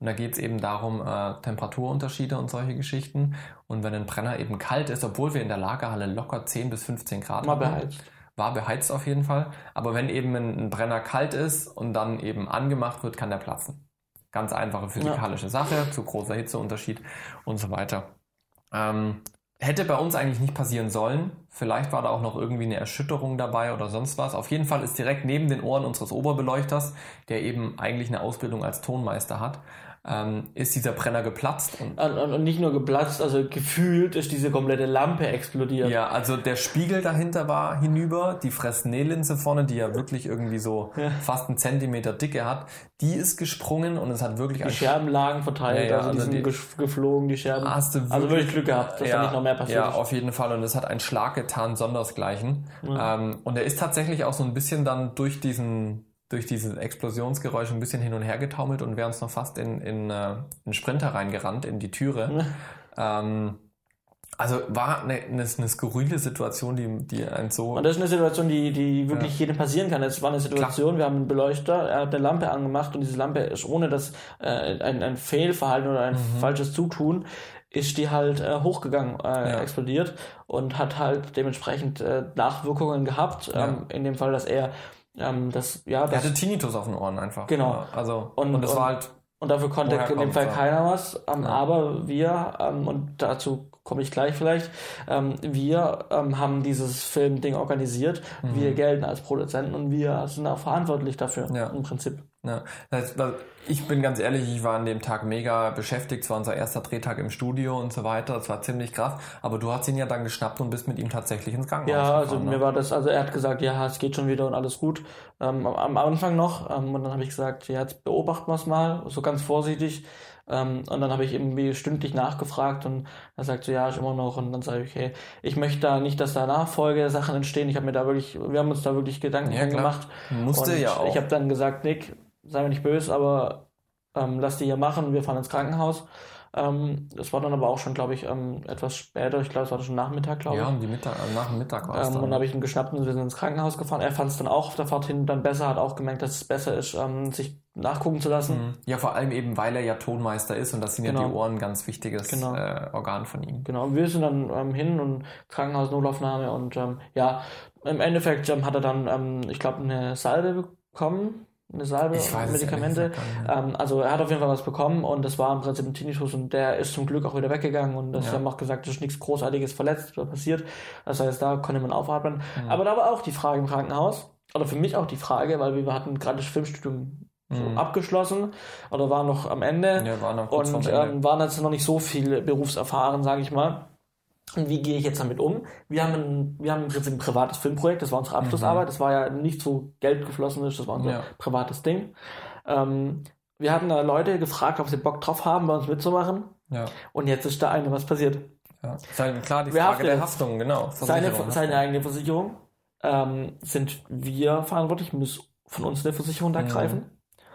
Und da geht es eben darum, äh, Temperaturunterschiede und solche Geschichten. Und wenn ein Brenner eben kalt ist, obwohl wir in der Lagerhalle locker zehn bis fünfzehn Grad War beheizt. War beheizt auf jeden Fall. Aber wenn eben ein, ein Brenner kalt ist und dann eben angemacht wird, kann der platzen. Ganz einfache physikalische ja. Sache, zu großer Hitzeunterschied und so weiter. Ähm, hätte bei uns eigentlich nicht passieren sollen. Vielleicht war da auch noch irgendwie eine Erschütterung dabei oder sonst was. Auf jeden Fall ist direkt neben den Ohren unseres Oberbeleuchters, der eben eigentlich eine Ausbildung als Tonmeister hat, ähm, ist dieser Brenner geplatzt. Und, und, und nicht nur geplatzt, also gefühlt ist diese komplette Lampe explodiert. Ja, also der Spiegel dahinter war hinüber, die Fresnel-Linse vorne, die ja wirklich irgendwie so ja. fast einen Zentimeter Dicke hat, die ist gesprungen und es hat wirklich... Die Scherben lagen verteilt, ja, ja, also, also die sind die, geflogen, die Scherben. Hast du wirklich, also wirklich Glück gehabt, dass ja, da nicht noch mehr passiert ja, ist. Ja, auf jeden Fall, und es hat einen Schlag getan, sondersgleichen. Ja. Ähm, und er ist tatsächlich auch so ein bisschen dann durch diesen... durch dieses Explosionsgeräusch ein bisschen hin und her getaumelt und wäre uns noch fast in, in, in einen Sprinter reingerannt, in die Türe. Ja. Ähm, also war eine, eine, eine skurrile Situation, die, die ein so... Und das ist eine Situation, die, die wirklich ja. jedem passieren kann. Es war eine Situation, Klar. wir haben einen Beleuchter, er hat eine Lampe angemacht und diese Lampe ist ohne das äh, ein, ein Fehlverhalten oder ein mhm. falsches Zutun, ist die halt äh, hochgegangen, äh, ja. explodiert und hat halt dementsprechend äh, Nachwirkungen gehabt. Ja. Ähm, in dem Fall, dass er Ähm, das, ja, das, er hatte Tinnitus auf den Ohren einfach. Genau. Ja, also, und, und das und, war halt... Und dafür konnte in dem Fall keiner was. Ähm, ja. Aber wir, ähm, und dazu komme ich gleich vielleicht, ähm, wir ähm, haben dieses Filmding organisiert. Mhm. Wir gelten als Produzenten und wir sind auch verantwortlich dafür, ja. im Prinzip. Ja. Das heißt, ich bin ganz ehrlich, ich war an dem Tag mega beschäftigt. Es war unser erster Drehtag im Studio und so weiter. Es war ziemlich krass. Aber du hast ihn ja dann geschnappt und bist mit ihm tatsächlich ins Krankenhaus Ja, gefahren, also ne? mir war das, also er hat gesagt, ja, es geht schon wieder und alles gut. Ähm, am Anfang noch. Ähm, und dann habe ich gesagt, ja, jetzt beobachten wir es mal, so ganz vorsichtig. Ähm, und dann habe ich irgendwie stündlich nachgefragt und er sagt so, ja, ist immer noch. Und dann sage ich, okay, ich möchte da nicht, dass da Nachfolgesachen entstehen. Ich habe mir da wirklich, wir haben uns da wirklich Gedanken ja, gemacht. Musste und ja auch. Ich habe dann gesagt, Nick, sei mir nicht böse, aber ähm, lass die hier machen, wir fahren ins Krankenhaus. Ähm, das war dann aber auch schon, glaube ich, ähm, etwas später. Ich glaube, es war schon Nachmittag, glaube ich. Ja, um die Mittag, nach dem Mittag war es ähm, dann. Und dann habe ich ihn geschnappt und wir sind ins Krankenhaus gefahren. Er fand es dann auch auf der Fahrt hin dann besser, hat auch gemerkt, dass es besser ist, ähm, sich nachgucken zu lassen. Ja, vor allem eben, weil er ja Tonmeister ist und das sind genau. ja die Ohren ein ganz wichtiges genau. äh, Organ von ihm. Genau, und wir sind dann ähm, hin und Krankenhausnotlaufnahme und ähm, ja, im Endeffekt ähm, hat er dann, ähm, ich glaube, eine Salbe bekommen. Eine Salbe, Medikamente. Ähm, also er hat auf jeden Fall was bekommen und das war im Prinzip ein Tinnitus und der ist zum Glück auch wieder weggegangen und das ja. haben auch gesagt, es ist nichts Großartiges verletzt oder passiert. Das heißt, da konnte man aufatmen. Mhm. Aber da war auch die Frage im Krankenhaus, oder für mich auch die Frage, weil wir hatten gerade das Filmstudium so mhm. abgeschlossen oder waren noch am Ende ja, waren noch kurz und ähm, waren jetzt noch nicht so viel berufserfahren, sage ich mal. Und wie gehe ich jetzt damit um? Wir haben ein, wir haben im Prinzip ein privates Filmprojekt, das war unsere Abschlussarbeit, mhm. das war ja nicht so Geld geflossen ist, das war unser ja. privates Ding. Ähm, wir hatten da Leute gefragt, ob sie Bock drauf haben, bei uns mitzumachen. Ja. Und jetzt ist da eine was passiert. Ja. Seine, klar, die Frage der Haftung, genau. Seine, seine eigene Versicherung ähm, sind wir verantwortlich, müssen von uns eine Versicherung da mhm. greifen.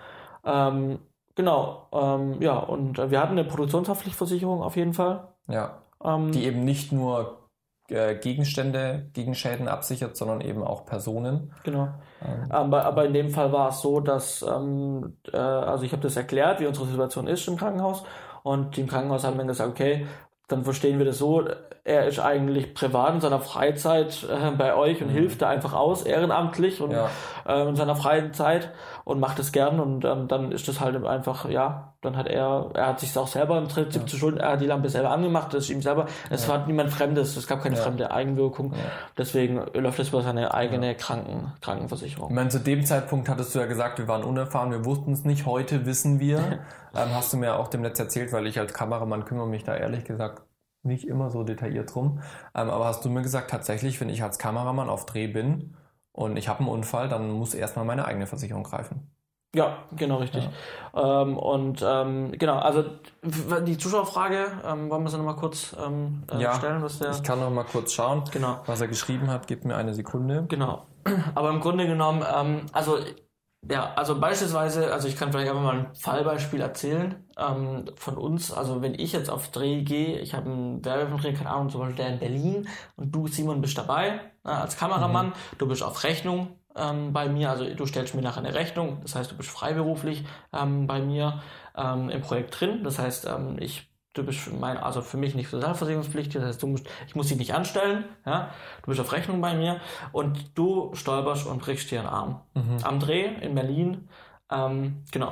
Ähm, genau, ähm, ja, und wir hatten eine Produktionshaftpflichtversicherung auf jeden Fall. Ja. Die eben nicht nur äh, Gegenstände gegen Schäden absichert, sondern eben auch Personen. Genau. Ähm. Aber, aber in dem Fall war es so, dass, ähm, äh, also ich habe das erklärt, wie unsere Situation ist im Krankenhaus und im Krankenhaus haben wir gesagt, okay, dann verstehen wir das so, er ist eigentlich privat in seiner Freizeit äh, bei euch und mhm. hilft da einfach aus, ehrenamtlich und ja. äh, in seiner freien Zeit und macht es gern und ähm, dann ist das halt einfach, ja, dann hat er, er hat sich auch selber im Prinzip ja. zu Schulden, er hat die Lampe selber angemacht, das ist ihm selber, es ja. war niemand Fremdes, es gab keine ja. fremde Eigenwirkung, ja. deswegen läuft das über seine eigene ja. Kranken, Krankenversicherung. Ich meine, zu dem Zeitpunkt hattest du ja gesagt, wir waren unerfahren, wir wussten es nicht, heute wissen wir, ähm, hast du mir auch demnächst erzählt, weil ich als Kameramann kümmere mich da ehrlich gesagt nicht immer so detailliert drum, ähm, aber hast du mir gesagt, tatsächlich, wenn ich als Kameramann auf Dreh bin und ich habe einen Unfall, dann muss erstmal meine eigene Versicherung greifen. Ja, genau, richtig. Ja. Ähm, und ähm, genau, also die Zuschauerfrage, ähm, wollen wir sie nochmal kurz ähm, äh, ja, stellen? Was der ich kann noch mal kurz schauen, genau. was er geschrieben hat. Gib mir eine Sekunde. Genau, aber im Grunde genommen, ähm, also ja, also beispielsweise, also ich kann vielleicht einfach mal ein Fallbeispiel erzählen ähm, von uns. Also wenn ich jetzt auf Dreh gehe, ich habe einen Werbefilm, keine Ahnung, zum Beispiel der in Berlin und du, Simon, bist dabei äh, als Kameramann, mhm. du bist auf Rechnung ähm, bei mir, also du stellst mir nachher eine Rechnung, das heißt, du bist freiberuflich ähm, bei mir ähm, im Projekt drin, das heißt, ähm, ich du bist für mein, also für mich nicht sozialversicherungspflichtig, das heißt, du musst, ich muss dich nicht anstellen, ja, du bist auf Rechnung bei mir und du stolperst und brichst dir einen Arm. Mhm. Am Dreh in Berlin, ähm, genau.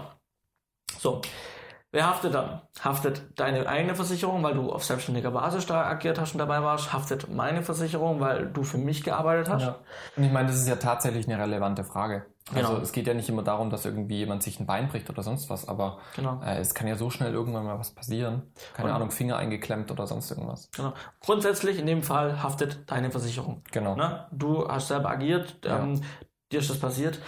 So. Wer haftet dann? Haftet deine eigene Versicherung, weil du auf selbstständiger Basis da agiert hast und dabei warst? Haftet meine Versicherung, weil du für mich gearbeitet hast? Ja. Und ich meine, das ist ja tatsächlich eine relevante Frage. Also genau. Es geht ja nicht immer darum, dass irgendwie jemand sich ein Bein bricht oder sonst was, aber genau. äh, es kann ja so schnell irgendwann mal was passieren. Keine und, Ahnung, Finger eingeklemmt oder sonst irgendwas. Genau. Grundsätzlich in dem Fall haftet deine Versicherung. Genau. Ne? Du hast selber agiert, ähm, ja. dir ist das passiert.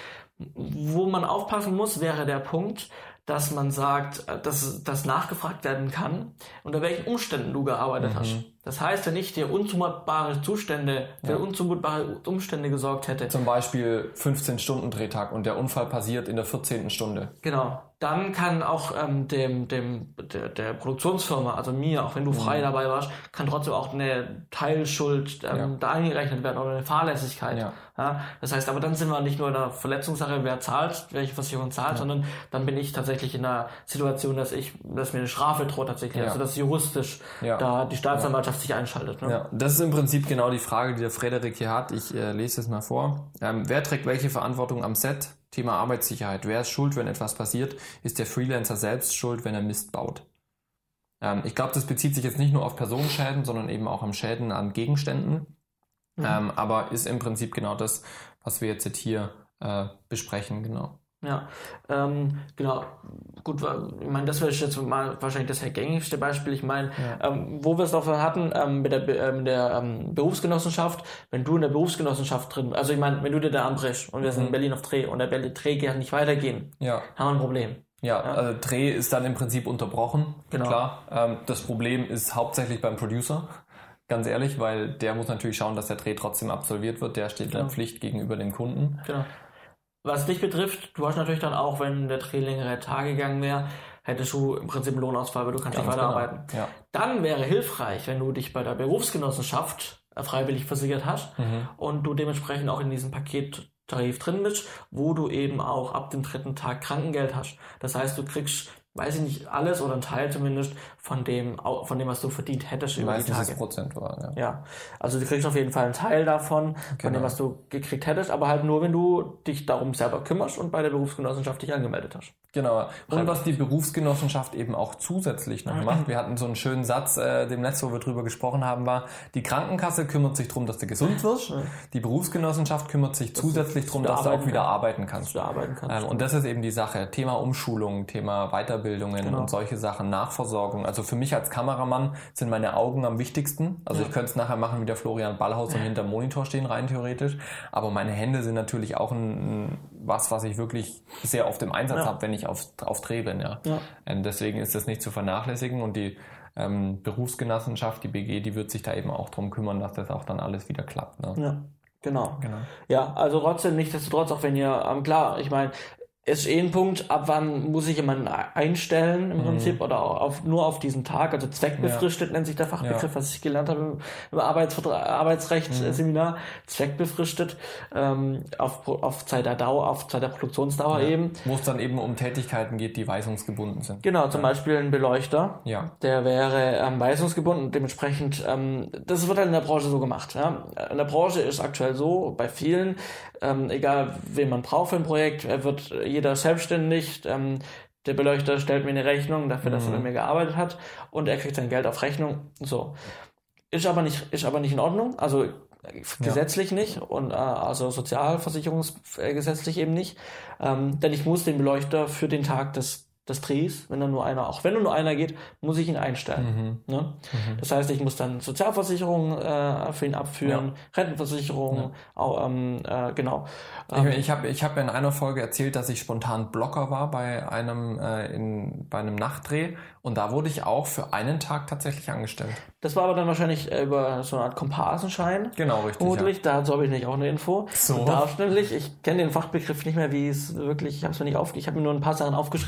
Wo man aufpassen muss, wäre der Punkt, dass man sagt, dass das nachgefragt werden kann, unter welchen Umständen du gearbeitet mhm. hast. Das heißt, wenn ich dir unzumutbare Zustände, für ja. unzumutbare Umstände gesorgt hätte. Zum Beispiel fünfzehn Stunden Drehtag und der Unfall passiert in der vierzehnten Stunde. Genau. Dann kann auch ähm, dem, dem, der, der Produktionsfirma, also mir, auch wenn du frei mhm. dabei warst, kann trotzdem auch eine Teilschuld ähm, ja. da eingerechnet werden oder eine Fahrlässigkeit. Ja. Ja, das heißt, aber dann sind wir nicht nur in der Verletzungssache, wer zahlt, welche Versicherung zahlt, ja. sondern dann bin ich tatsächlich in einer Situation, dass ich, dass mir eine Strafe droht tatsächlich, ja. also dass juristisch ja. da die Staatsanwaltschaft ja. sich einschaltet. Ne? Ja, das ist im Prinzip genau die Frage, die der Frederik hier hat. Ich äh, lese es mal vor. Ähm, wer trägt welche Verantwortung am Set? Thema Arbeitssicherheit. Wer ist schuld, wenn etwas passiert? Ist der Freelancer selbst schuld, wenn er Mist baut? Ähm, ich glaube, das bezieht sich jetzt nicht nur auf Personenschäden, sondern eben auch am Schäden an Gegenständen. Mhm. Ähm, aber ist im Prinzip genau das, was wir jetzt hier äh, besprechen, genau. Ja, ähm, genau. Gut, ich meine, das wäre jetzt mal wahrscheinlich das gängigste Beispiel. Ich meine, ja. ähm, wo wir es davon hatten, ähm, mit der, äh, mit der ähm, Berufsgenossenschaft, wenn du in der Berufsgenossenschaft drin, also ich meine, wenn du dir da anbrichst und wir mhm. sind in Berlin auf Dreh und der Berlin Dreh kann nicht weitergehen, ja. haben wir ein Problem. Ja, ja. Also Dreh ist dann im Prinzip unterbrochen, genau. klar. Ähm, das Problem ist hauptsächlich beim Producer. Ganz ehrlich, weil der muss natürlich schauen, dass der Dreh trotzdem absolviert wird. Der steht in genau. der Pflicht gegenüber dem Kunden. Genau. Was dich betrifft, du hast natürlich dann auch, wenn der Dreh längere Tage gegangen wäre, hättest du im Prinzip einen Lohnausfall, weil du kannst nicht weiterarbeiten. Genau. Ja. Dann wäre hilfreich, wenn du dich bei der Berufsgenossenschaft freiwillig versichert hast mhm. und du dementsprechend auch in diesem Pakettarif drin bist, wo du eben auch ab dem dritten Tag Krankengeld hast. Das heißt, du kriegst, weiß ich nicht, alles oder ein Teil zumindest von dem, von dem, was du verdient hättest über die Tage. Prozent war, ja. Ja, also du kriegst auf jeden Fall einen Teil davon, genau. von dem, was du gekriegt hättest, aber halt nur, wenn du dich darum selber kümmerst und bei der Berufsgenossenschaft dich angemeldet hast. Genau. Und was die Berufsgenossenschaft eben auch zusätzlich noch macht, wir hatten so einen schönen Satz, äh, dem letzten, wo wir drüber gesprochen haben, war, die Krankenkasse kümmert sich darum, dass du gesund wirst, ja. die Berufsgenossenschaft kümmert sich das zusätzlich darum, dass du auch wieder kann. arbeiten kannst. Du arbeiten kannst. Ähm, und das ist eben die Sache, Thema Umschulung, Thema Weiterbildungen genau. und solche Sachen, Nachversorgung. Also für mich als Kameramann sind meine Augen am wichtigsten. Also ja. ich könnte es nachher machen wie der Florian Ballhaus und hinterm Monitor stehen, rein theoretisch. Aber meine Hände sind natürlich auch ein, ein was, was ich wirklich sehr oft im Einsatz ja. habe, wenn ich auf, auf Dreh bin. Ja. Ja. Und deswegen ist das nicht zu vernachlässigen und die ähm, Berufsgenossenschaft, die B G, die wird sich da eben auch drum kümmern, dass das auch dann alles wieder klappt. Ne? Ja, genau. genau. Ja, also trotzdem, nichtsdestotrotz, auch wenn ihr, ähm, klar, ich meine, ist eh ein Punkt, ab wann muss ich jemanden einstellen im mhm. Prinzip oder auf, nur auf diesen Tag, also zweckbefristet ja. nennt sich der Fachbegriff, ja. was ich gelernt habe im, im Arbeitsrechtsseminar, mhm. zweckbefristet ähm, auf, auf Zeit der Dauer, auf Zeit der Produktionsdauer ja. eben. Wo es dann eben um Tätigkeiten geht, die weisungsgebunden sind. Genau, zum ja. Beispiel ein Beleuchter, ja. der wäre ähm, weisungsgebunden und dementsprechend, ähm, das wird halt in der Branche so gemacht. Ja? In der Branche ist aktuell so, bei vielen, ähm, egal wen man braucht für ein Projekt, er wird jeder selbstständig, ähm, der Beleuchter stellt mir eine Rechnung dafür, mhm. dass er bei mir gearbeitet hat und er kriegt sein Geld auf Rechnung. So. Ist aber nicht, ist aber nicht in Ordnung, also ja. gesetzlich nicht und äh, also sozialversicherungsgesetzlich eben nicht, ähm, denn ich muss den Beleuchter für den Tag des des Drehs, wenn dann nur einer, auch wenn nur einer geht, muss ich ihn einstellen. Mhm. Ne? Mhm. Das heißt, ich muss dann Sozialversicherung äh, für ihn abführen, ja. Rentenversicherung, ja. auch, ähm, äh, genau. Ich, ich habe ich hab in einer Folge erzählt, dass ich spontan Blocker war bei einem äh, in bei einem Nachtdreh und da wurde ich auch für einen Tag tatsächlich angestellt. Das war aber dann wahrscheinlich äh, über so eine Art Komparsenschein. Genau, richtig. Vermutlich, ja. dazu habe ich nicht auch eine Info. So. Darstelllich, ich kenne den Fachbegriff nicht mehr, wie es wirklich, ich habe es mir nicht auf, ich habe mir nur ein paar Sachen aufgeschrieben gehabt, ich habe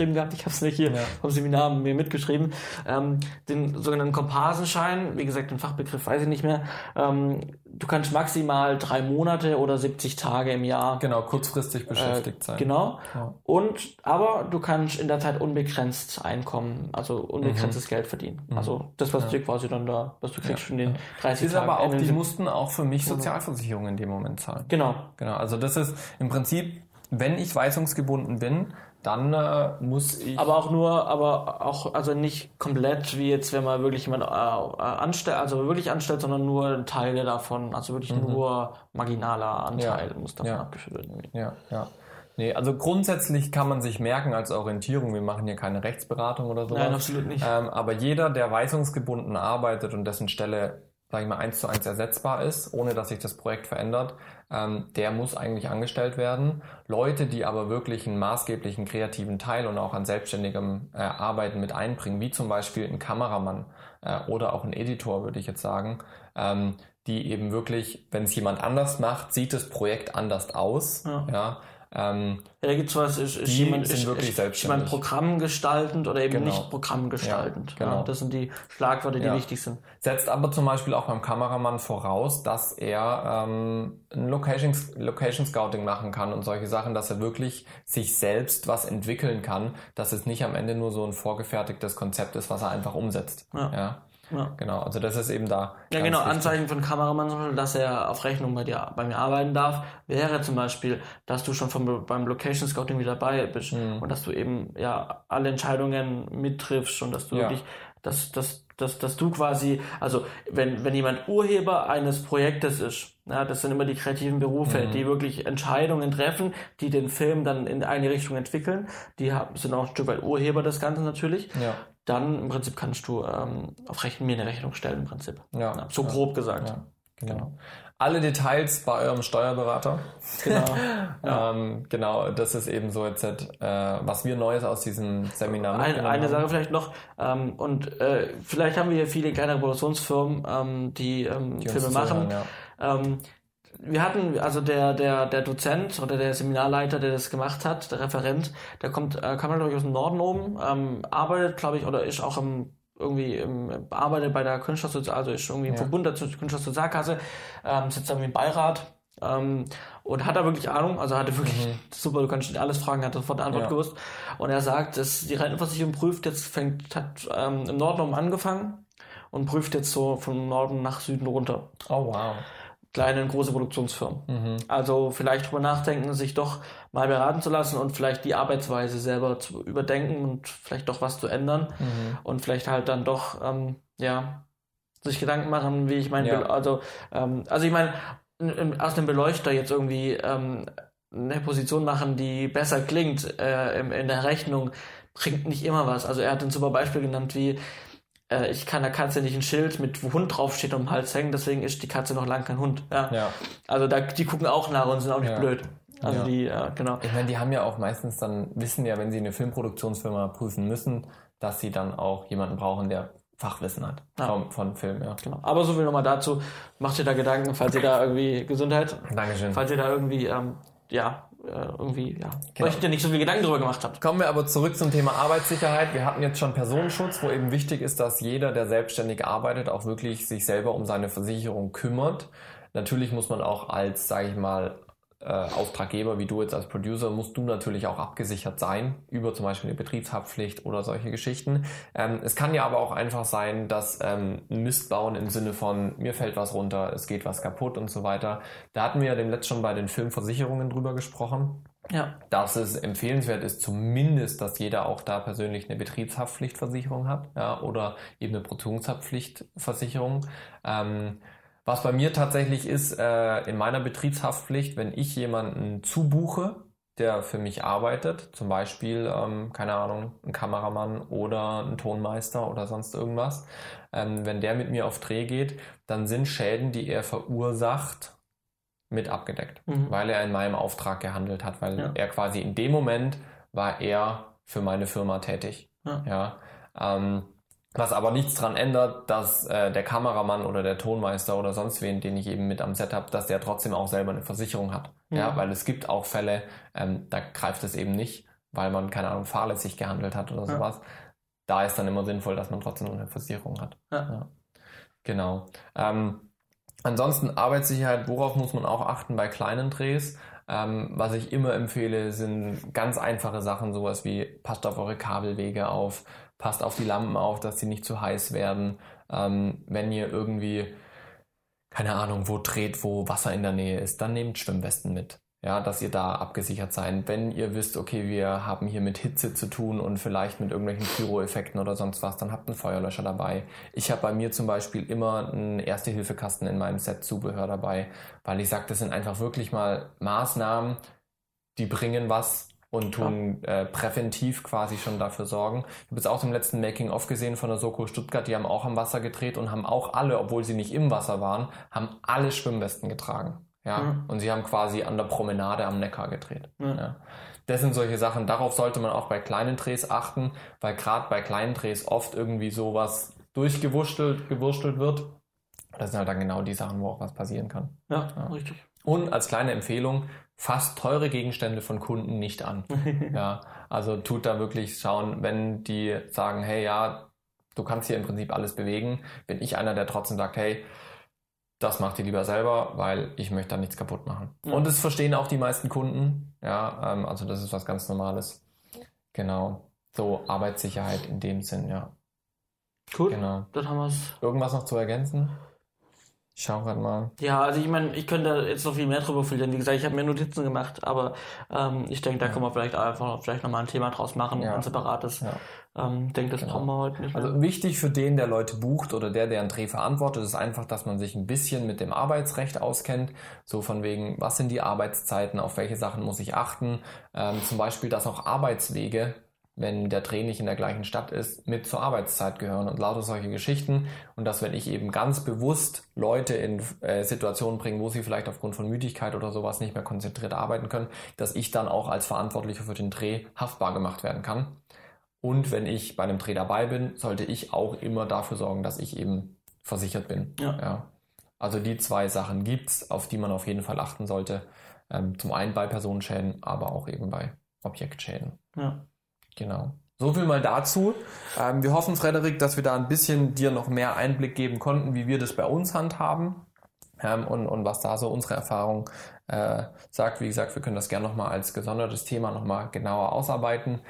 habe es nicht hier ja. vom Seminar mir mitgeschrieben, ähm, den sogenannten Komparsenschein, wie gesagt, den Fachbegriff weiß ich nicht mehr, ähm, du kannst maximal drei Monate oder siebzig Tage im Jahr genau, kurzfristig beschäftigt äh, sein. Genau. Ja. Und, aber du kannst in der Zeit unbegrenzt Einkommen, also unbegrenztes mhm. Geld verdienen. Mhm. Also das, was ja. du quasi dann da, was du kriegst ja. in den dreißig ist Tagen. Aber auch, die mussten auch für mich Sozialversicherung in dem Moment zahlen. Genau. Genau. Also das ist im Prinzip, wenn ich weisungsgebunden bin, dann äh, muss ich... Aber auch nur, aber auch, also nicht komplett, wie jetzt, wenn man wirklich jemand äh, anstellt, also wirklich anstellt, sondern nur Teile davon, also wirklich mhm. nur marginaler Anteil ja. muss davon ja. abgeschüttet werden. Ja, ja. Nee, also grundsätzlich kann man sich merken als Orientierung, wir machen hier keine Rechtsberatung oder so. Nein, absolut nicht. Ähm, aber jeder, der weisungsgebunden arbeitet und dessen Stelle, sag ich mal, eins zu eins ersetzbar ist, ohne dass sich das Projekt verändert, ähm, der muss eigentlich angestellt werden. Leute, die aber wirklich einen maßgeblichen kreativen Teil und auch an selbstständigem äh, Arbeiten mit einbringen, wie zum Beispiel ein Kameramann äh, oder auch ein Editor, würde ich jetzt sagen, ähm, die eben wirklich, wenn es jemand anders macht, sieht das Projekt anders aus, ja, ja. Ähm, ja, da gibt's was, ist, ist jemand, ist, ist, ist jemand programmgestaltend oder eben genau. nicht programmgestaltend. Ja, genau. Ja, das sind die Schlagwörter, die ja. wichtig sind. Setzt aber zum Beispiel auch beim Kameramann voraus, dass er ähm, ein Location, Location Scouting machen kann und solche Sachen, dass er wirklich sich selbst was entwickeln kann, dass es nicht am Ende nur so ein vorgefertigtes Konzept ist, was er einfach umsetzt. Ja. ja. Ja. Genau, also das ist eben da. Ja, genau, wichtig. Anzeichen von Kameramann, dass er auf Rechnung bei dir, bei mir arbeiten darf, wäre zum Beispiel, dass du schon vom, beim Location Scouting wieder dabei bist mhm. und dass du eben ja alle Entscheidungen mittriffst und dass du ja. wirklich, dass, dass, dass, dass du quasi, also wenn, wenn jemand Urheber eines Projektes ist, ja, das sind immer die kreativen Berufe, mhm. die wirklich Entscheidungen treffen, die den Film dann in eine Richtung entwickeln, die haben, sind auch ein Stück weit Urheber des Ganzen natürlich. Ja. Dann im Prinzip kannst du ähm, auf Rechnung mir eine Rechnung stellen im Prinzip. Ja, ja, so ja, grob gesagt. Ja, genau. genau. Alle Details bei eurem Steuerberater. Genau. ja. ähm, genau, das ist eben so jetzt, äh, was wir Neues aus diesem Seminar mitgenommen haben. Eine Sache vielleicht noch, ähm, und äh, vielleicht haben wir hier viele kleinere Produktionsfirmen, ähm, die, ähm, die Filme machen. Zuhören, ja. ähm, Wir hatten, also der, der, der Dozent oder der Seminarleiter, der das gemacht hat, der Referent, der kommt, äh, kam glaube ich aus dem Norden oben, ähm, arbeitet, glaube ich, oder ist auch im, irgendwie im, arbeitet bei der Künstlersozial, also ist irgendwie im ja. Verbund der Künstlersozialkasse, ähm, sitzt irgendwie im Beirat, ähm, und hat da wirklich Ahnung, also hatte wirklich, mhm. super, du kannst ihn alles fragen, hat sofort eine Antwort ja. gewusst. Und er sagt, dass die Rentenversicherung prüft, jetzt fängt, hat ähm, im Norden oben angefangen und prüft jetzt so von Norden nach Süden runter. Oh wow. Kleine und große Produktionsfirmen. Mhm. Also vielleicht drüber nachdenken, sich doch mal beraten zu lassen und vielleicht die Arbeitsweise selber zu überdenken und vielleicht doch was zu ändern mhm. und vielleicht halt dann doch ähm, ja sich Gedanken machen, wie ich meine, ja. also ähm, also ich meine aus dem Beleuchter jetzt irgendwie ähm, eine Position machen, die besser klingt äh, in, in der Rechnung, bringt nicht immer was. Also er hat ein super Beispiel genannt, wie ich kann der Katze nicht ein Schild mit wo Hund draufsteht um den Hals hängen, deswegen ist die Katze noch lang kein Hund. Ja. ja. Also da, die gucken auch nach und sind auch nicht ja. blöd. Also ja. die, ja, genau. Ich meine, die haben ja auch meistens dann, wissen ja, wenn sie eine Filmproduktionsfirma prüfen müssen, dass sie dann auch jemanden brauchen, der Fachwissen hat ja. von, von Film. Ja. Genau. Aber so viel nochmal dazu. Macht ihr da Gedanken, falls ihr da irgendwie Gesundheit, Dankeschön. falls ihr da irgendwie, ähm, ja, irgendwie, ja, genau. euch ja nicht so viel Gedanken darüber gemacht habt. Kommen wir aber zurück zum Thema Arbeitssicherheit. Wir hatten jetzt schon Personenschutz, wo eben wichtig ist, dass jeder, der selbstständig arbeitet, auch wirklich sich selber um seine Versicherung kümmert. Natürlich muss man auch als, sage ich mal, äh, Auftraggeber, wie du jetzt als Producer, musst du natürlich auch abgesichert sein, über zum Beispiel eine Betriebshaftpflicht oder solche Geschichten. Ähm, es kann ja aber auch einfach sein, dass ähm, Mist bauen im Sinne von, mir fällt was runter, es geht was kaputt und so weiter. Da hatten wir ja demnächst schon bei den Filmversicherungen drüber gesprochen. Ja. Dass es empfehlenswert ist, zumindest, dass jeder auch da persönlich eine Betriebshaftpflichtversicherung hat, ja, oder eben eine Produktionshaftpflichtversicherung. Ähm, Was bei mir tatsächlich ist, äh, in meiner Betriebshaftpflicht, wenn ich jemanden zubuche, der für mich arbeitet, zum Beispiel, ähm, keine Ahnung, ein Kameramann oder ein Tonmeister oder sonst irgendwas, ähm, wenn der mit mir auf Dreh geht, dann sind Schäden, die er verursacht, mit abgedeckt, mhm. weil er in meinem Auftrag gehandelt hat, weil ja. er quasi in dem Moment war er für meine Firma tätig. Ja. Ja, ähm, was aber nichts dran ändert, dass äh, der Kameramann oder der Tonmeister oder sonst wen, den ich eben mit am Set habe, dass der trotzdem auch selber eine Versicherung hat. Mhm. Ja, weil es gibt auch Fälle, ähm, da greift es eben nicht. weil man, keine Ahnung, fahrlässig gehandelt hat oder sowas. Ja. Da ist dann immer sinnvoll, dass man trotzdem noch eine Versicherung hat. Ja. Ja. Genau. Ähm, ansonsten Arbeitssicherheit, worauf muss man auch achten bei kleinen Drehs? Ähm, was ich immer empfehle, sind ganz einfache Sachen, sowas wie passt auf eure Kabelwege auf, passt auf die Lampen auf, dass sie nicht zu heiß werden. Ähm, wenn ihr irgendwie, keine Ahnung, wo dreht, wo Wasser in der Nähe ist, dann nehmt Schwimmwesten mit. Ja, dass ihr da abgesichert seid. Wenn ihr wisst, okay, wir haben hier mit Hitze zu tun und vielleicht mit irgendwelchen Pyro-Effekten oder sonst was, dann habt einen Feuerlöscher dabei. Ich habe bei mir zum Beispiel immer einen Erste-Hilfe-Kasten in meinem Set-Zubehör dabei, weil ich sage, das sind einfach wirklich mal Maßnahmen, die bringen was und tun äh, präventiv quasi schon dafür sorgen. Ich habe jetzt auch im letzten Making-of gesehen von der Soko Stuttgart, die haben auch am Wasser gedreht und haben auch alle, obwohl sie nicht im Wasser waren, haben alle Schwimmwesten getragen. Ja, mhm. Und sie haben quasi an der Promenade am Neckar gedreht. Mhm. Ja. Das sind solche Sachen, darauf sollte man auch bei kleinen Drehs achten, weil gerade bei kleinen Drehs oft irgendwie sowas durchgewurschtelt gewurstelt wird. Das sind halt dann genau die Sachen, wo auch was passieren kann. Ja, ja. Richtig. Und als kleine Empfehlung, fasst teure Gegenstände von Kunden nicht an. Ja, also tut da wirklich schauen, wenn die sagen, hey, ja, du kannst hier im Prinzip alles bewegen, bin ich einer, der trotzdem sagt, hey, das macht ihr lieber selber, weil ich möchte da nichts kaputt machen. Ja. Und das verstehen auch die meisten Kunden. Ja, ähm, also das ist was ganz Normales. Genau. So Arbeitssicherheit in dem Sinn, ja. Gut, genau. Dann haben wir es. Irgendwas noch zu ergänzen? Ich schau gerade mal. Ja, also ich meine, ich könnte jetzt noch viel mehr drüber filtern. Wie gesagt, ich habe mir Notizen gemacht, aber ähm, ich denke, da ja. können wir vielleicht einfach vielleicht nochmal ein Thema draus machen, ja. ein separates. Ja. Ähm, ich denke, das genau. brauchen wir heute nicht mehr. Also wichtig für den, der Leute bucht oder der, der einen Dreh verantwortet, ist einfach, dass man sich ein bisschen mit dem Arbeitsrecht auskennt. So von wegen, was sind die Arbeitszeiten, auf welche Sachen muss ich achten. Ähm, zum Beispiel, dass auch Arbeitswege, wenn der Dreh nicht in der gleichen Stadt ist, mit zur Arbeitszeit gehören und lauter solche Geschichten. Und dass, wenn ich eben ganz bewusst Leute in äh, Situationen bringe, wo sie vielleicht aufgrund von Müdigkeit oder sowas nicht mehr konzentriert arbeiten können, dass ich dann auch als Verantwortlicher für den Dreh haftbar gemacht werden kann. Und wenn ich bei einem Dreh dabei bin, sollte ich auch immer dafür sorgen, dass ich eben versichert bin. Ja. Ja. Also die zwei Sachen gibt's, auf die man auf jeden Fall achten sollte. Ähm, zum einen bei Personenschäden, aber auch eben bei Objektschäden. Ja. Genau. So viel mal dazu. Ähm, wir hoffen, Frederik, dass wir da ein bisschen dir noch mehr Einblick geben konnten, wie wir das bei uns handhaben ähm, und, und was da so unsere Erfahrung äh, sagt. Wie gesagt, wir können das gerne nochmal als gesondertes Thema nochmal genauer ausarbeiten.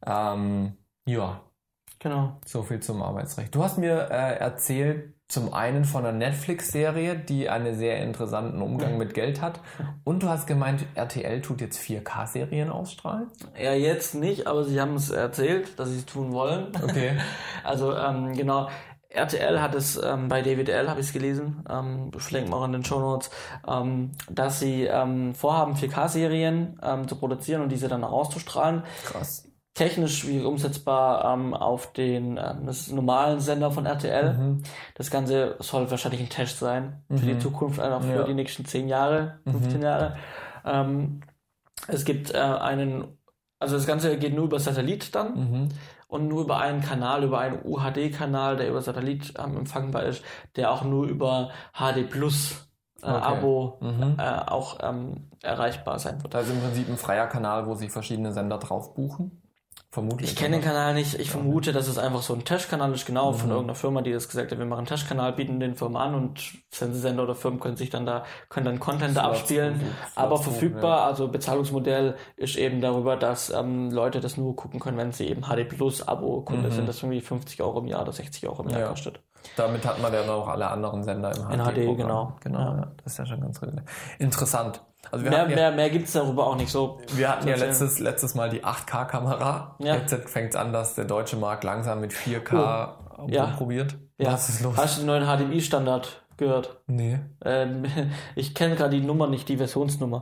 Ähm, ja. Genau. So viel zum Arbeitsrecht. Du hast mir äh, erzählt, zum einen von einer Netflix-Serie, die einen sehr interessanten Umgang mit Geld hat. Und du hast gemeint, R T L tut jetzt vier K-Serien ausstrahlen? Ja, jetzt nicht, aber sie haben es erzählt, dass sie es tun wollen. Okay. Also, ähm, genau. R T L hat es, ähm, bei D W D L habe ich es gelesen, ähm, verlinken wir auch in den Shownotes, ähm, dass sie ähm, vorhaben, vier K-Serien ähm, zu produzieren und diese dann auch auszustrahlen. Krass. Technisch wie umsetzbar ähm, auf den ähm, das normalen Sender von R T L. Mhm. Das Ganze soll wahrscheinlich ein Test sein für mhm. die Zukunft, einfach für ja. die nächsten zehn Jahre, fünfzehn mhm. Jahre. Ähm, es gibt äh, einen, also das Ganze geht nur über Satellit dann mhm. und nur über einen Kanal, über einen U H D-Kanal, der über Satellit ähm, empfangbar ist, der auch nur über H D Plus Äh, okay. Abo mhm. äh, auch ähm, erreichbar sein wird. Also im Prinzip ein freier Kanal, wo sich verschiedene Sender drauf buchen? Vermutlich. Ich kenne den Kanal nicht. Ich vermute, dass es einfach so ein Testkanal ist, genau, mhm. von irgendeiner Firma, die das gesagt hat, wir machen einen Testkanal, bieten den Firmen an und Fernsehsender oder Firmen können sich dann da, können dann Content da abspielen. Aber verfügbar, ja. also Bezahlungsmodell ist eben darüber, dass ähm, Leute das nur gucken können, wenn sie eben H D Plus Abo-Kunde mhm. sind, das irgendwie fünfzig Euro im Jahr oder sechzig Euro im Jahr ja. kostet. Damit hat man dann auch alle anderen Sender im H D. In H D, genau. genau ja. Ja, das ist ja schon ganz interessant. Also wir mehr ja, mehr, mehr gibt es darüber auch nicht so. Wir hatten ja letztes, letztes Mal die acht K-Kamera. Ja. Jetzt fängt es an, dass der deutsche Markt langsam mit vier K oh. ja. probiert. Ja. Was ist los? Hast du den neuen H D M I-Standard gehört? Nee. Ähm, ich kenne gerade die Nummer nicht, die Versionsnummer.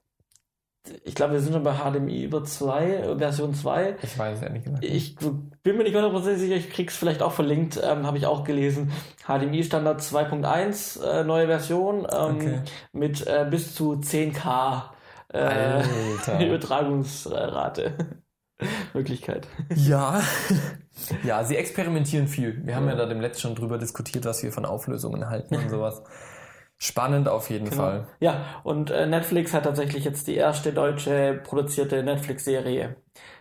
Ich glaube, wir sind schon bei H D M I über zwei, Version zwei. Ich weiß es ehrlich gesagt nicht. Ich bin mir nicht hundertprozentig sicher, ich krieg's vielleicht auch verlinkt, ähm, habe ich auch gelesen. H D M I-Standard zwei Punkt eins, äh, neue Version, ähm, okay. mit äh, bis zu zehn K äh, Übertragungsrate. Möglichkeit. Ja. Ja, sie experimentieren viel. Wir haben ja, ja da dem letzten schon drüber diskutiert, was wir von Auflösungen halten und sowas. Spannend auf jeden genau. Fall. Ja, und äh, Netflix hat tatsächlich jetzt die erste deutsche produzierte Netflix-Serie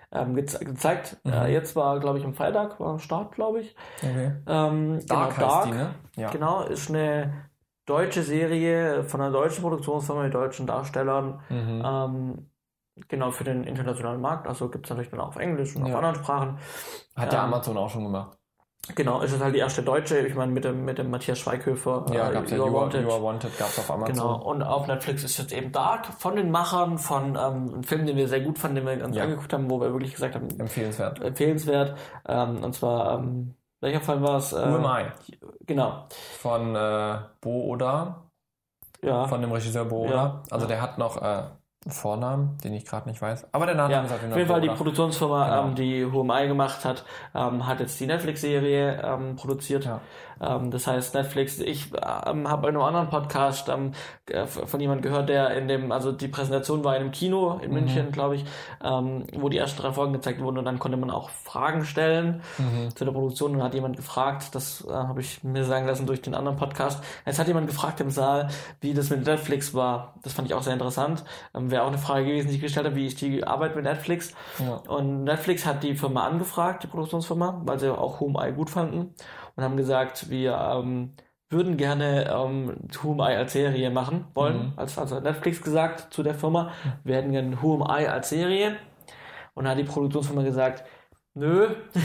ähm, geze- gezeigt. Mhm. Äh, jetzt war, glaube ich, am Freitag, war Start, glaube ich. Okay. Ähm, Dark genau, heißt Dark, die, ne? Ja. genau, ist eine deutsche Serie von einer deutschen Produktionsfirma mit deutschen Darstellern. Mhm. Ähm, genau, für den internationalen Markt. Also gibt es natürlich dann auch auf Englisch und Ja. auf anderen Sprachen. Hat ja Ähm, Amazon auch schon gemacht. Genau, ist es halt die erste deutsche. Ich meine, mit dem, mit dem Matthias Schweighöfer. Ja, äh, gab's ja You Are You Are Wanted. You Are Wanted, gab's auf Amazon. Genau, und auf Netflix ist jetzt eben Dark von den Machern von ähm, einem Film, den wir sehr gut fanden, den wir uns Ja. angeguckt haben, wo wir wirklich gesagt haben, Empfehlenswert. empfehlenswert. Ähm, und zwar, ähm, welcher Fall war es? Äh, Who Am I? Genau, Von äh, Bo Oda, ja. von dem Regisseur Bo Ja. Oda. Also der hat noch äh, einen Vornamen, den ich gerade nicht weiß. Aber der Name Ja, ist auf jeden Fall die Bo Oda. Produktionsfirma, Genau. ähm, die Who Am I gemacht hat, ähm, hat jetzt die Netflix-Serie ähm, produziert. Ja. Ähm, das heißt, Netflix, ich ähm, habe in einem anderen Podcast ähm, äh, von jemandem gehört, der in dem, also die Präsentation war in einem Kino in Mhm. München, glaube ich, ähm, wo die ersten drei Folgen gezeigt wurden und dann konnte man auch Fragen stellen Mhm. zu der Produktion und hat jemand gefragt, das äh, habe ich mir sagen lassen durch den anderen Podcast, jetzt hat jemand gefragt im Saal, wie das mit Netflix war. Das fand ich auch sehr interessant. Ähm, Wäre auch eine Frage gewesen, die ich gestellt habe, wie ist die Arbeit mit Netflix? Ja. Und Netflix hat die Firma angefragt, die Produktionsfirma, weil sie auch Who Am I gut fanden und haben gesagt, wir ähm, würden gerne ähm, Who Am I als Serie machen wollen. Mhm. Als, also hat Netflix gesagt zu der Firma, wir hätten gerne Who Am I als Serie. Und dann hat die Produktionsfirma gesagt, nö,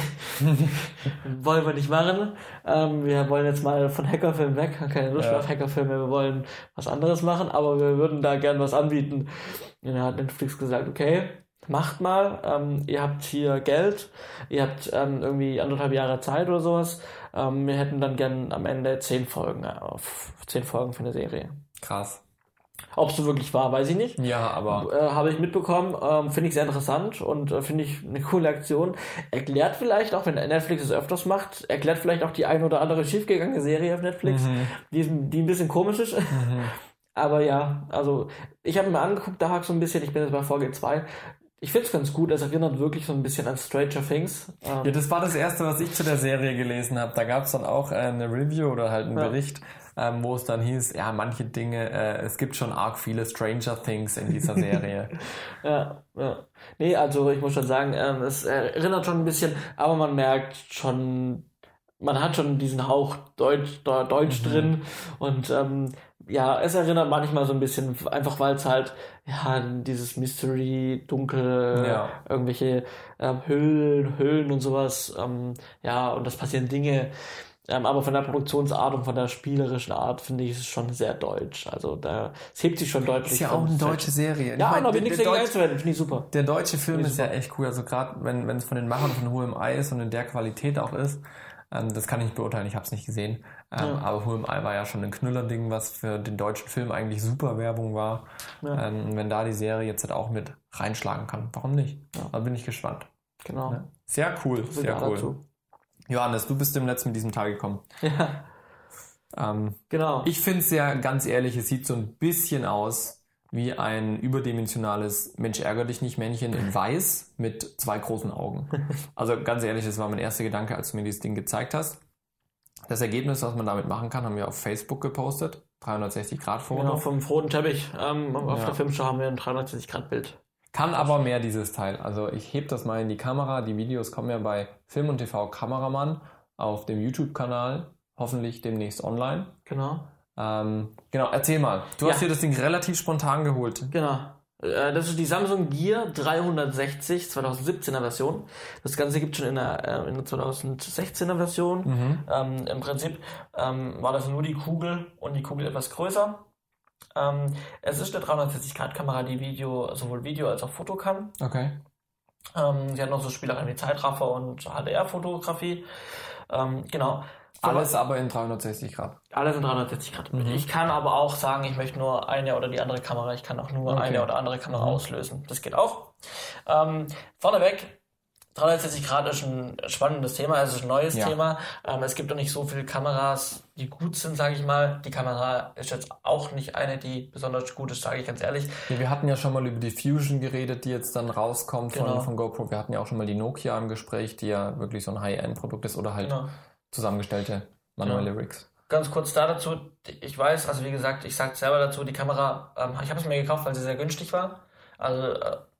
wollen wir nicht machen. Ähm, wir wollen jetzt mal von Hackerfilmen weg, haben keine Lust Ja. mehr auf Hackerfilme, wir wollen was anderes machen, aber wir würden da gern was anbieten. Und dann hat Netflix gesagt, okay, macht mal, ähm, ihr habt hier Geld, ihr habt ähm, irgendwie anderthalb Jahre Zeit oder sowas. Ähm, wir hätten dann gern am Ende zehn Folgen, äh, auf zehn Folgen für eine Serie. Krass. Ob es so wirklich war, weiß ich nicht. Ja, aber Äh, habe ich mitbekommen, ähm, finde ich sehr interessant und äh, finde ich eine coole Aktion. Erklärt vielleicht auch, wenn Netflix es öfters macht, erklärt vielleicht auch die ein oder andere schiefgegangene Serie auf Netflix, Mhm. die, ist- die ein bisschen komisch ist. Mhm. Aber ja, also ich habe mir angeguckt, da so ein bisschen, ich bin jetzt bei Folge zwei. Ich finde es ganz gut, es erinnert wirklich so ein bisschen an Stranger Things. Ähm, Ja, das war das Erste, was ich zu der Serie gelesen habe. Da gab es dann auch äh, eine Review oder halt einen Ja. Bericht, ähm, wo es dann hieß, ja, manche Dinge, äh, es gibt schon arg viele Stranger Things in dieser Serie. Ja, ja. Nee, also ich muss schon sagen, ähm, es erinnert schon ein bisschen, aber man merkt schon, man hat schon diesen Hauch Deutsch, Deu- Deutsch Mhm. drin und ähm, ja, es erinnert manchmal so ein bisschen, einfach weil es halt, ja, dieses Mystery, Dunkel, Ja. irgendwelche ähm, Höhlen, Höhlen und sowas, ähm, ja, und das passieren Dinge. Ähm, aber von der Produktionsart und von der spielerischen Art finde ich es schon sehr deutsch. Also da es hebt sich schon deutlich. Ist ja vom auch eine Set. deutsche Serie. Ja, Ich mein, und habe der- ich nichts der dagegen Deutsch- einzuwenden, finde ich super. Der deutsche Film Finde ich ist ja super. echt cool. Also gerade wenn wenn es von den Machern von Who Am I ist und in der Qualität auch ist, ähm, das kann ich nicht beurteilen, ich habe es nicht gesehen. Ähm, Ja. Aber Who Am I war ja schon ein Knüllerding, was für den deutschen Film eigentlich super Werbung war. Ja. Ähm, und wenn da die Serie jetzt halt auch mit reinschlagen kann, warum nicht? Ja. Da bin ich gespannt. Genau. Ja. Sehr cool, So sehr viel cool. dazu. Johannes, du bist dem letzten mit diesem Tag gekommen. Ja, Ähm, genau. ich finde es ja ganz ehrlich, es sieht so ein bisschen aus wie ein überdimensionales Mensch ärger dich nicht Männchen in weiß mit zwei großen Augen. Also ganz ehrlich, das war mein erster Gedanke, als du mir dieses Ding gezeigt hast. Das Ergebnis, was man damit machen kann, haben wir auf Facebook gepostet. dreihundertsechzig Grad Foto. Genau, vom roten Teppich. Ähm, auf Ja. der Filmschau haben wir ein dreihundertsechzig Grad Bild. Kann aber mehr dieses Teil. Also ich heb das mal in die Kamera. Die Videos kommen ja bei Film und T V Kameramann auf dem YouTube-Kanal. Hoffentlich demnächst online. Genau. Ähm, genau, erzähl mal. Du Ja. hast dir das Ding relativ spontan geholt. Genau. Äh, Das ist die Samsung Gear dreihundertsechzig zweitausendsiebzehner Version. Das Ganze gibt es schon in der, äh, in der zweitausendsechzehner Version. Mhm. Ähm, Im Prinzip ähm, war das nur die Kugel und die Kugel etwas größer. Ähm, es ist eine dreihundertsechzig Grad Kamera, die Video, sowohl Video als auch Foto kann. Okay. Ähm, sie hat noch so Spielereien wie Zeitraffer und H D R-Fotografie. Ähm, genau. Alles aber in dreihundertsechzig Grad. Alles in dreihundertsechzig Grad. Mhm. Ich kann aber auch sagen, ich möchte nur eine oder die andere Kamera. Ich kann auch nur Okay. eine oder andere Kamera Mhm. auslösen. Das geht auch. Ähm, vorneweg, dreihundertsechzig Grad ist ein spannendes Thema, es ist ein neues Ja. Thema. Ähm, es gibt noch nicht so viele Kameras, die gut sind, sage ich mal. Die Kamera ist jetzt auch nicht eine, die besonders gut ist, sage ich ganz ehrlich. Ja, wir hatten ja schon mal über die Fusion geredet, die jetzt dann rauskommt von, Genau. von GoPro. Wir hatten ja auch schon mal die Nokia im Gespräch, die ja wirklich so ein High-End-Produkt ist oder halt Genau. zusammengestellte manuelle Rigs. Ganz kurz da dazu, ich weiß, also wie gesagt, ich sage selber dazu, die Kamera, ähm, ich habe es mir gekauft, weil sie sehr günstig war. Also äh,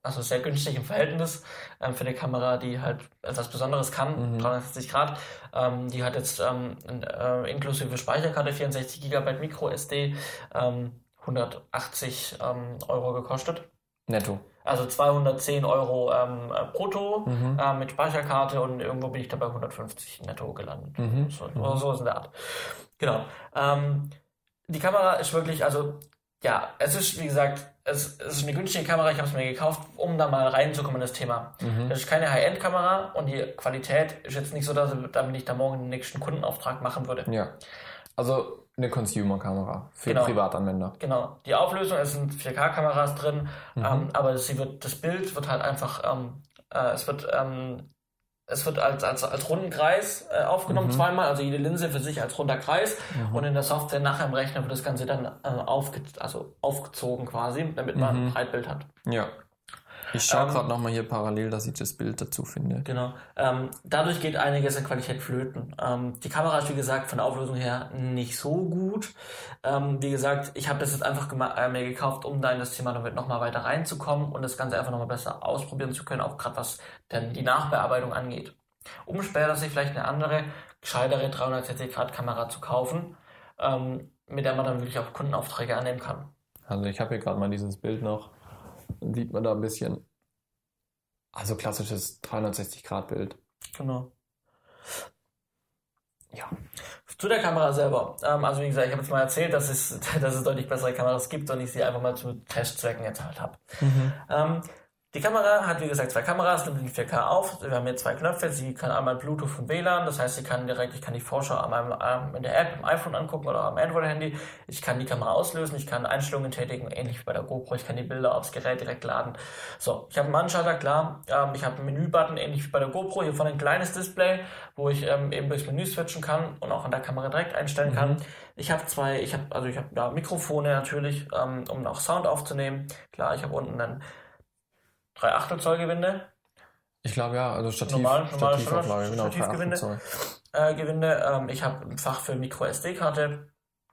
also sehr günstig im Verhältnis ähm, für eine Kamera, die halt etwas Besonderes kann, mhm. dreihundertsechzig Grad. Ähm, die hat jetzt ähm, äh, inklusive Speicherkarte vierundsechzig Gigabyte Micro S D ähm, hundertachtzig ähm, Euro gekostet. Netto. Also zweihundertzehn Euro ähm, brutto mhm. äh, mit Speicherkarte und irgendwo bin ich dabei hundertfünfzig netto gelandet. Mhm. So, mhm. so ist in der Art. Genau. Ähm, die Kamera ist wirklich, also ja, es ist wie gesagt, es, es ist eine günstige Kamera, ich habe es mir gekauft, um da mal reinzukommen in das Thema. Mhm. Das ist keine High-End-Kamera und die Qualität ist jetzt nicht so, dass damit ich da morgen den nächsten Kundenauftrag machen würde. Ja, also eine Consumer-Kamera für genau. Privatanwender. Genau. Die Auflösung, es sind vier K Kameras drin, mhm. ähm, aber sie wird, das Bild wird halt einfach, ähm, äh, es wird, ähm, es wird als, als, als runden Kreis äh, aufgenommen, mhm. zweimal, also jede Linse für sich als runder Kreis mhm. und in der Software nachher im Rechner wird das Ganze dann äh, aufge, also aufgezogen quasi, damit man mhm. ein Breitbild hat. Ja. Ich schaue ähm, gerade nochmal hier parallel, dass ich das Bild dazu finde. Genau. Ähm, dadurch geht einiges an Qualität flöten. Ähm, die Kamera ist, wie gesagt, von der Auflösung her nicht so gut. Ähm, wie gesagt, ich habe das jetzt einfach gema- äh, mir gekauft, um da in das Thema damit nochmal weiter reinzukommen und das Ganze einfach nochmal besser ausprobieren zu können, auch gerade was denn die Nachbearbeitung angeht. Um später sich vielleicht eine andere, gescheitere dreihundertsechzig Grad Kamera zu kaufen, ähm, mit der man dann wirklich auch Kundenaufträge annehmen kann. Also ich habe hier gerade mal dieses Bild noch. Dann sieht man da ein bisschen, also klassisches dreihundertsechzig Grad Bild. Genau. Ja. Zu der Kamera selber. Ähm, also wie gesagt, ich habe jetzt mal erzählt, dass es, dass es deutlich bessere Kameras gibt und ich sie einfach mal zu Testzwecken jetzt halt habe. Mhm. Ähm, Die Kamera hat, wie gesagt, zwei Kameras, nimmt in vier K auf. Wir haben hier zwei Knöpfe. Sie kann einmal Bluetooth und W L A N. Das heißt, sie kann direkt, ich kann die Vorschau an meinem, ähm, in der App, im iPhone angucken oder am Android-Handy. Ich kann die Kamera auslösen. Ich kann Einstellungen tätigen, ähnlich wie bei der GoPro. Ich kann die Bilder aufs Gerät direkt laden. So, ich habe einen Anschalter, klar. Ähm, ich habe einen Menü-Button, ähnlich wie bei der GoPro. Hier vorne ein kleines Display, wo ich ähm, eben durchs Menü switchen kann und auch an der Kamera direkt einstellen mhm. kann. Ich habe zwei, ich habe, also ich habe da Mikrofone natürlich, ähm, um auch Sound aufzunehmen. Klar, ich habe unten einen drei Achtel Zoll Gewinde. Ich glaube ja, also Stativ, normal, normal Stativauflage, genau, Stativgewinde. Äh, Gewinde. Ähm, ich habe ein Fach für Micro S D-Karte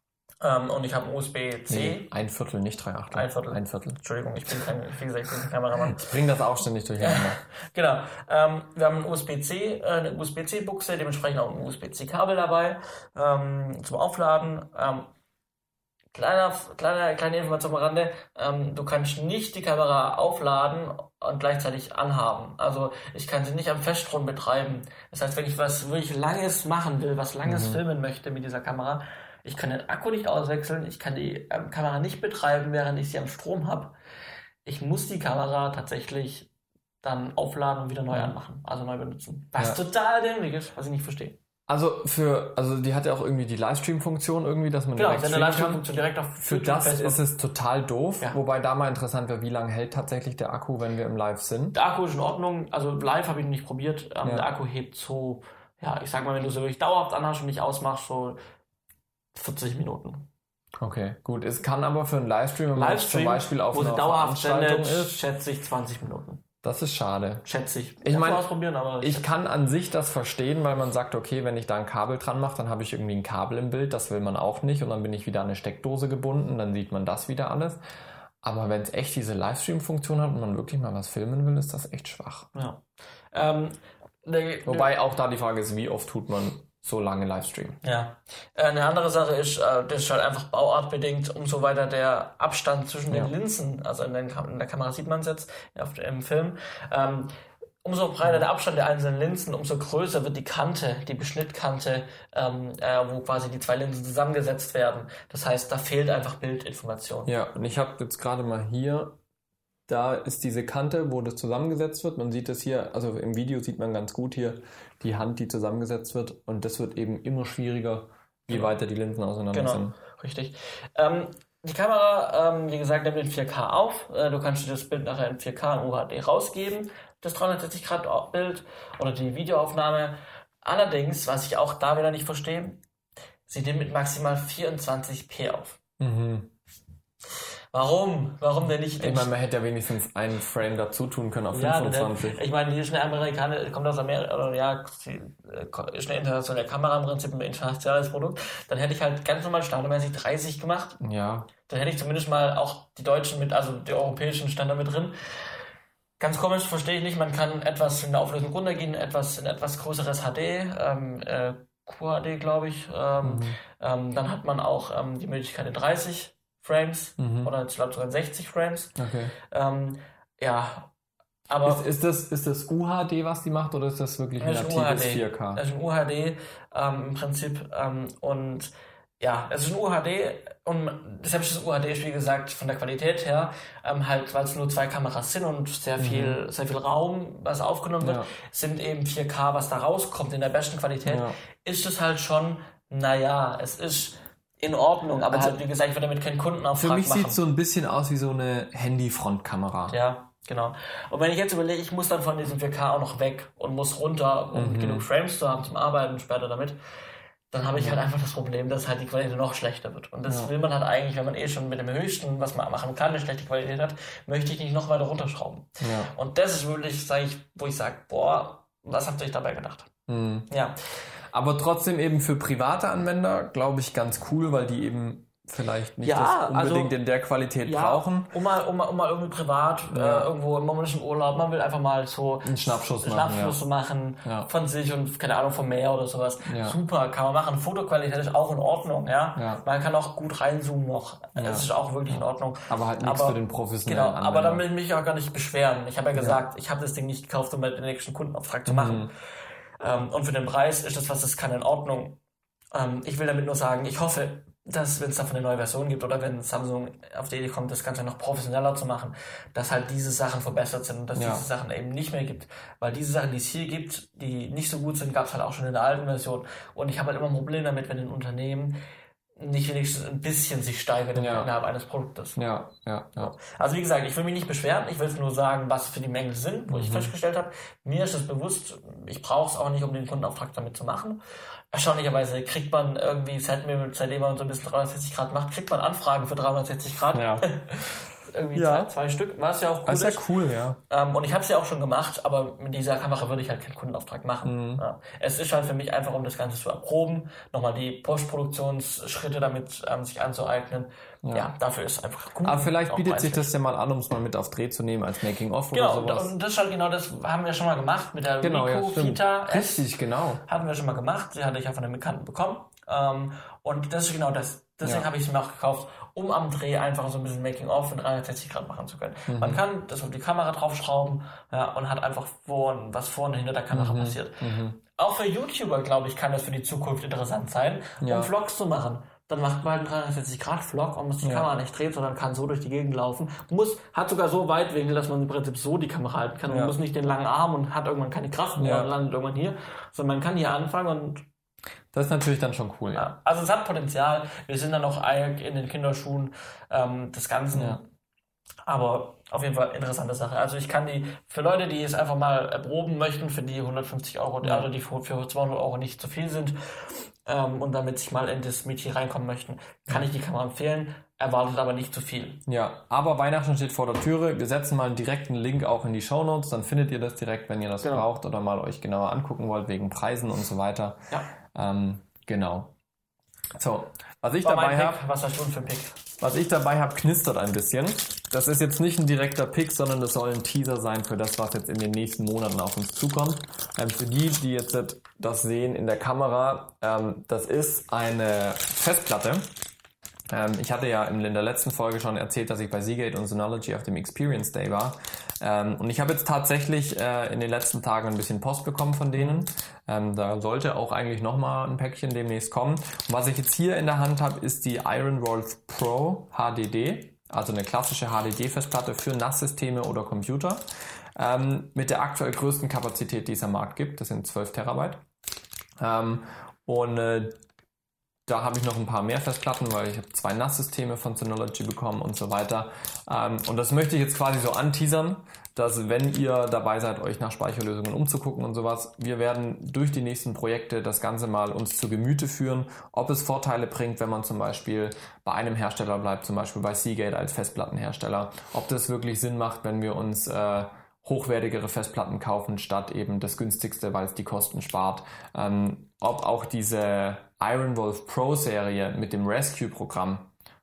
ähm, und ich habe ein U S B C. Nee, ein Viertel, nicht drei Achtel. Ein Viertel. Ein Viertel. Entschuldigung, ich bin kein, wie gesagt, ich bin kein Kameramann. Ich bringe das auch ständig durcheinander. Genau. Ähm, wir haben ein U S B C, äh, eine U S B C-Buchse, dementsprechend auch ein U S B C-Kabel dabei ähm, zum Aufladen. Ähm, Kleiner, kleine, kleine Information am Rande, ähm, du kannst nicht die Kamera aufladen und gleichzeitig anhaben. Also ich kann sie nicht am Feststrom betreiben. Das heißt, wenn ich was wirklich Langes machen will, was Langes mhm. filmen möchte mit dieser Kamera, ich kann den Akku nicht auswechseln, ich kann die ähm, Kamera nicht betreiben, während ich sie am Strom habe. Ich muss die Kamera tatsächlich dann aufladen und wieder neu anmachen, also neu benutzen. Was ja. total dämlich ist, was ich nicht verstehe. Also für, also die hat ja auch irgendwie die Livestream-Funktion irgendwie, dass man genau, direkt streamen Livestream-Funktion direkt auf Für das ist es. es total doof, ja. wobei da mal interessant wäre, wie lange hält tatsächlich der Akku, wenn wir im Live sind? Der Akku ist in Ordnung, also live habe ich noch nicht probiert, ähm, ja. der Akku hebt so, ja, ich sag mal, wenn du so wirklich dauerhaft anhast und nicht ausmachst, so vierzig Minuten. Okay, gut, es kann aber für einen Livestream, wenn man Livestream, zum Beispiel auf wo einer sie dauerhaft Veranstaltung sendet, ist, schätze ich zwanzig Minuten. Das ist schade. Schätze ich. Ich meine, ausprobieren, aber ich kann an sich das verstehen, weil man sagt, okay, wenn ich da ein Kabel dran mache, dann habe ich irgendwie ein Kabel im Bild, das will man auch nicht und dann bin ich wieder an eine Steckdose gebunden, dann sieht man das wieder alles. Aber wenn es echt diese Livestream-Funktion hat und man wirklich mal was filmen will, ist das echt schwach. Ja. Ähm, ne, Wobei auch da die Frage ist, wie oft tut man so lange Livestream. Ja. Eine andere Sache ist, das ist halt einfach bauartbedingt, umso weiter der Abstand zwischen den ja. Linsen, also in, den, in der Kamera sieht man es jetzt, auf, im Film, ähm, umso breiter der Abstand der einzelnen Linsen, umso größer wird die Kante, die Beschnittkante, ähm, äh, wo quasi die zwei Linsen zusammengesetzt werden. Das heißt, da fehlt einfach Bildinformation. Ja, und ich habe jetzt gerade mal hier, da ist diese Kante, wo das zusammengesetzt wird. Man sieht das hier, also im Video sieht man ganz gut hier die Hand, die zusammengesetzt wird. Und das wird eben immer schwieriger, je genau. weiter die Linsen auseinander genau. sind. Richtig. Ähm, die Kamera, ähm, wie gesagt, nimmt in vier K auf. Äh, du kannst dir das Bild nachher in vier K in U H D rausgeben, das dreihundertsechzig Grad Bild oder die Videoaufnahme. Allerdings, was ich auch da wieder nicht verstehe, sie nimmt mit maximal vierundzwanzig p auf. Mhm. Warum? Warum denn nicht? Ich meine, man hätte ja wenigstens einen Frame dazu tun können auf ja, fünfundzwanzig. Denn, ich meine, die ist eine Amerikaner, kommt aus Amerika, oder ja, ist eine internationale Kamera im Prinzip, ein internationales Produkt. Dann hätte ich halt ganz normal standardmäßig dreißig gemacht. Ja. Dann hätte ich zumindest mal auch die deutschen mit, also die europäischen Standard mit drin. Ganz komisch, verstehe ich nicht. Man kann etwas in der Auflösung runtergehen, etwas in etwas größeres H D, ähm, äh, Q H D, glaube ich. Ähm, mhm. ähm, dann hat man auch ähm, die Möglichkeit in dreißig Frames mhm. oder ich glaube sogar in sechzig Frames. Okay. Ähm, ja, aber... Ist, ist, das, ist das U H D, was die macht, oder ist das wirklich ein natives vier K? Das ist ein U H D ähm, im Prinzip. Ähm, und ja, es ist ein U H D und deshalb ist das U H D, wie gesagt, von der Qualität her, ähm, halt, weil es nur zwei Kameras sind und sehr viel, mhm. sehr viel Raum, was aufgenommen wird, ja. sind eben vier K, was da rauskommt in der besten Qualität, ja. ist es halt schon, naja, es ist in Ordnung, aber also, halt, wie gesagt, ich würde damit keinen Kundenauftrag machen. Für mich sieht es so ein bisschen aus wie so eine Handy-Frontkamera. Ja, genau. Und wenn ich jetzt überlege, ich muss dann von diesem vier K auch noch weg und muss runter, um mhm. genug Frames zu haben zum Arbeiten später damit, dann habe ich halt einfach das Problem, dass halt die Qualität noch schlechter wird. Und das ja. will man halt eigentlich, wenn man eh schon mit dem höchsten, was man machen kann, eine schlechte Qualität hat, möchte ich nicht noch weiter runterschrauben. Ja. Und das ist wirklich, sage ich, wo ich sage, boah, was habt ihr euch dabei gedacht? Mhm. Ja. Aber trotzdem eben für private Anwender, glaube ich, ganz cool, weil die eben vielleicht nicht ja, das unbedingt also, in der Qualität ja, brauchen. Um mal, um mal, um mal irgendwie privat, ja. äh, irgendwo im momentanen Urlaub, man will einfach mal so einen Schnappschuss machen, Schnappschuss ja. machen ja. von sich und keine Ahnung vom Meer oder sowas. Ja. Super, kann man machen. Fotoqualität ist auch in Ordnung, ja. ja. Man kann auch gut reinzoomen noch. Ja. Das ist auch wirklich in Ordnung. Aber halt nichts für den professionellen Genau, Anwender. aber da will ich mich auch gar nicht beschweren. Ich habe ja gesagt, ja. ich habe das Ding nicht gekauft, um den nächsten Kundenauftrag zu machen. Mhm. Ähm, und für den Preis ist das, was das kann, in Ordnung. Ähm, ich will damit nur sagen, ich hoffe, dass wenn es davon eine neue Version gibt oder wenn Samsung auf die Idee kommt, das Ganze noch professioneller zu machen, dass halt diese Sachen verbessert sind und dass ja. diese Sachen eben nicht mehr gibt. Weil diese Sachen, die es hier gibt, die nicht so gut sind, gab es halt auch schon in der alten Version. Und ich habe halt immer ein Problem damit, wenn ein Unternehmen nicht wenigstens ein bisschen sich steigert ja. innerhalb eines Produktes. Ja, ja, ja. Also wie gesagt, ich will mich nicht beschweren, ich will nur sagen, was für die Mängel sind, wo mhm. ich festgestellt habe. Mir ist es bewusst, ich brauche es auch nicht, um den Kundenauftrag damit zu machen. Erstaunlicherweise kriegt man irgendwie, seitdem, seitdem man so ein bisschen dreihundertsechzig Grad macht, kriegt man Anfragen für dreihundertsechzig Grad. Ja. irgendwie ja. zwei, zwei Stück, was ja auch cool das ist. ist ja cool, ja. Ähm, und ich habe es ja auch schon gemacht, aber mit dieser Kamera würde ich halt keinen Kundenauftrag machen. Mhm. Ja. Es ist halt für mich einfach, um das Ganze zu erproben, nochmal die Postproduktionsschritte damit ähm, sich anzueignen. Ja. ja, dafür ist es einfach gut. Aber vielleicht bietet sich das ja mal an, um es mal mit auf Dreh zu nehmen als Making-of genau, oder sowas. Und das ist halt genau das, haben wir schon mal gemacht mit der genau, Ricoh ja, Vita S. Richtig, genau. Hatten wir schon mal gemacht, die hatte ich ja von einem Bekannten bekommen. Ähm, und das ist genau das. Deswegen ja. habe ich sie mir auch gekauft, um am Dreh einfach so ein bisschen Making-of in dreihundertsechzig Grad machen zu können. Mhm. Man kann das auf die Kamera draufschrauben ja, und hat einfach vor, was vorne hinter der Kamera mhm. passiert. Mhm. Auch für YouTuber, glaube ich, kann das für die Zukunft interessant sein, ja. um Vlogs zu machen. Dann macht man einen dreihundertsechzig Grad Vlog und muss die ja. Kamera nicht drehen, sondern kann so durch die Gegend laufen. Muss, hat sogar so Weitwinkel, dass man im Prinzip so die Kamera halten kann. Man ja. muss nicht den langen Arm und hat irgendwann keine Kraft mehr ja. und landet irgendwann hier, sondern man kann hier anfangen und das ist natürlich dann schon cool, ja. ja. Also es hat Potenzial. Wir sind dann noch in den Kinderschuhen ähm, des Ganzen. Ja. Aber auf jeden Fall interessante Sache. Also ich kann die, für Leute, die es einfach mal erproben möchten, für die hundertfünfzig Euro, ja. also die für zweihundert Euro nicht zu viel sind ähm, und damit sich mal in das Metier reinkommen möchten, kann ja. ich die Kamera empfehlen. Erwartet aber nicht zu viel. Ja, aber Weihnachten steht vor der Türe. Wir setzen mal einen direkten Link auch in die Shownotes. Dann findet ihr das direkt, wenn ihr das genau. braucht oder mal euch genauer angucken wollt, wegen Preisen und so weiter. Ja. Ähm, genau. So, was ich War dabei habe, was hast du denn für ein Pick? Was ich dabei habe, knistert ein bisschen. Das ist jetzt nicht ein direkter Pick, sondern das soll ein Teaser sein für das, was jetzt in den nächsten Monaten auf uns zukommt. Ähm, für die, die jetzt das sehen in der Kamera, ähm, das ist eine Festplatte. Ähm, ich hatte ja in, in der letzten Folge schon erzählt, dass ich bei Seagate und Synology auf dem Experience Day war. Ähm, und ich habe jetzt tatsächlich äh, in den letzten Tagen ein bisschen Post bekommen von denen. Ähm, da sollte auch eigentlich nochmal ein Päckchen demnächst kommen. Und was ich jetzt hier in der Hand habe, ist die Ironwolf Pro H D D. Also eine klassische H D D-Festplatte für N A S-Systeme oder Computer. Ähm, mit der aktuell größten Kapazität, die es am Markt gibt. Das sind zwölf Terabyte. Ähm, und äh, Da habe ich noch ein paar mehr Festplatten, weil ich habe zwei N A S-Systeme von Synology bekommen und so weiter. Ähm, und das möchte ich jetzt quasi so anteasern, dass wenn ihr dabei seid, euch nach Speicherlösungen umzugucken und sowas, wir werden durch die nächsten Projekte das Ganze mal uns zu Gemüte führen, ob es Vorteile bringt, wenn man zum Beispiel bei einem Hersteller bleibt, zum Beispiel bei Seagate als Festplattenhersteller, ob das wirklich Sinn macht, wenn wir uns äh, hochwertigere Festplatten kaufen, statt eben das günstigste, weil es die Kosten spart. Ähm, ob auch diese Ironwolf Pro Serie mit dem Rescue-Programm,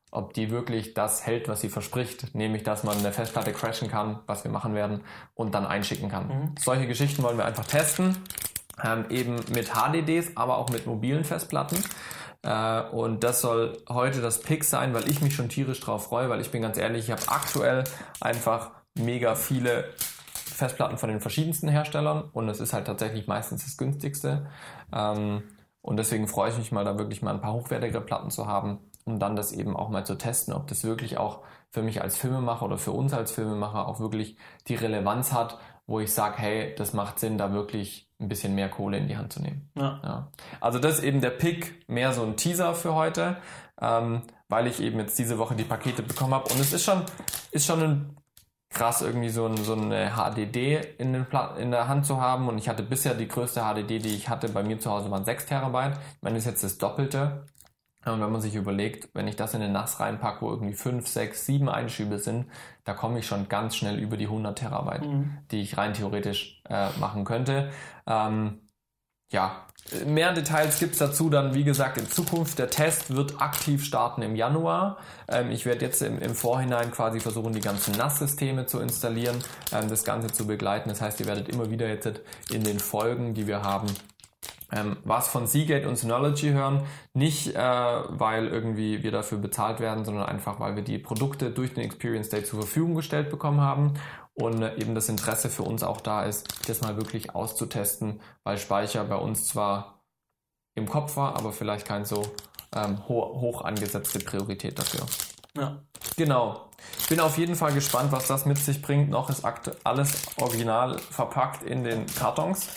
ob die wirklich das hält, was sie verspricht, nämlich, dass man eine Festplatte crashen kann, was wir machen werden, und dann einschicken kann. Mhm. Solche Geschichten wollen wir einfach testen, ähm, eben mit H D Ds, aber auch mit mobilen Festplatten. Äh, und das soll heute das Pick sein, weil ich mich schon tierisch drauf freue, weil ich bin ganz ehrlich, ich habe aktuell einfach mega viele Festplatten von den verschiedensten Herstellern und es ist halt tatsächlich meistens das günstigste. Ähm, und deswegen freue ich mich mal, da wirklich mal ein paar hochwertigere Platten zu haben, um dann das eben auch mal zu testen, ob das wirklich auch für mich als Filmemacher oder für uns als Filmemacher auch wirklich die Relevanz hat, wo ich sage, hey, das macht Sinn, da wirklich ein bisschen mehr Kohle in die Hand zu nehmen. Ja. Ja. Also das ist eben der Pick, mehr so ein Teaser für heute, ähm, weil ich eben jetzt diese Woche die Pakete bekommen habe und es ist schon, ist schon ein krass, irgendwie so, ein, so eine H D D in, den Pla- in der Hand zu haben und ich hatte bisher die größte H D D, die ich hatte bei mir zu Hause, waren sechs Terabyte. Ich meine, das ist jetzt das Doppelte. Und wenn man sich überlegt, wenn ich das in den N A S reinpacke, wo irgendwie fünf, sechs, sieben Einschübe sind, da komme ich schon ganz schnell über die hundert Terabyte, mhm. die ich rein theoretisch äh, machen könnte. Ähm, ja, mehr Details gibt's dazu dann, wie gesagt, in Zukunft. Der Test wird aktiv starten im Januar. Ähm, ich werde jetzt im, im Vorhinein quasi versuchen, die ganzen N A S-Systeme zu installieren, ähm, das Ganze zu begleiten. Das heißt, ihr werdet immer wieder jetzt in den Folgen, die wir haben, Ähm, was von Seagate und Synology hören, nicht äh, weil irgendwie wir dafür bezahlt werden, sondern einfach, weil wir die Produkte durch den Experience Day zur Verfügung gestellt bekommen haben und äh, eben das Interesse für uns auch da ist, das mal wirklich auszutesten, weil Speicher bei uns zwar im Kopf war, aber vielleicht keine so ähm, ho- hoch angesetzte Priorität dafür. Ja. Genau. Bin auf jeden Fall gespannt, was das mit sich bringt. Noch ist akt- alles original verpackt in den Kartons.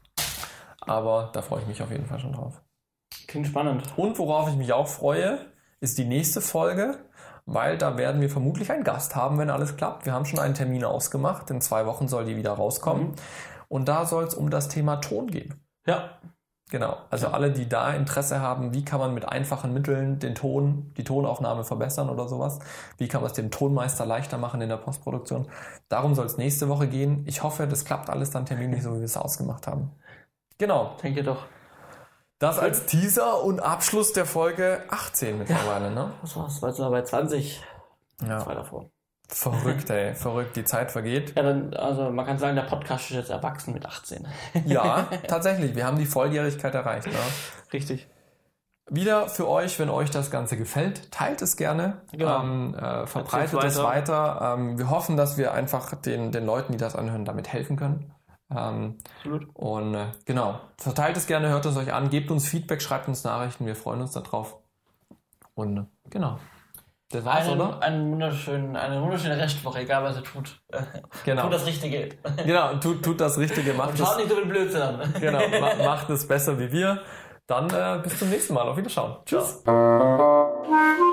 Aber da freue ich mich auf jeden Fall schon drauf. Klingt spannend. Und worauf ich mich auch freue, ist die nächste Folge, weil da werden wir vermutlich einen Gast haben, wenn alles klappt. Wir haben schon einen Termin ausgemacht. In zwei Wochen soll die wieder rauskommen. Mhm. Und da soll es um das Thema Ton gehen. Ja. Genau. Also ja. Alle, die da Interesse haben, wie kann man mit einfachen Mitteln den Ton, die Tonaufnahme verbessern oder sowas. Wie kann man es dem Tonmeister leichter machen in der Postproduktion. Darum soll es nächste Woche gehen. Ich hoffe, das klappt alles dann terminlich, so wie wir es ausgemacht haben. Genau. Denke doch. Das als Teaser und Abschluss der Folge achtzehn mittlerweile, ja, ne? Das war's, weil es war bei zwanzig. Ja. Zwei davor. Verrückt, ey. Verrückt, die Zeit vergeht. Ja, dann, also man kann sagen, der Podcast ist jetzt erwachsen mit achtzehn. Ja, tatsächlich. Wir haben die Volljährigkeit erreicht, ne? Richtig. Wieder für euch, wenn euch das Ganze gefällt, teilt es gerne, genau. ähm, äh, verbreitet weiter. es weiter. Ähm, wir hoffen, dass wir einfach den, den Leuten, die das anhören, damit helfen können. Ähm, Absolut. Und äh, genau, verteilt es gerne, hört es euch an, gebt uns Feedback, schreibt uns Nachrichten, wir freuen uns darauf. Und äh, genau. Das war's, einen, oder? Einen wunderschönen, eine wunderschöne Restwoche, egal was ihr tut. Genau. Tut das Richtige. Genau, tut, tut das Richtige. Macht Und schaut nicht so viel Blödsinn an. Genau, ma- macht es besser wie wir. Dann äh, bis zum nächsten Mal. Auf Wiederschauen. Tschüss. Ja.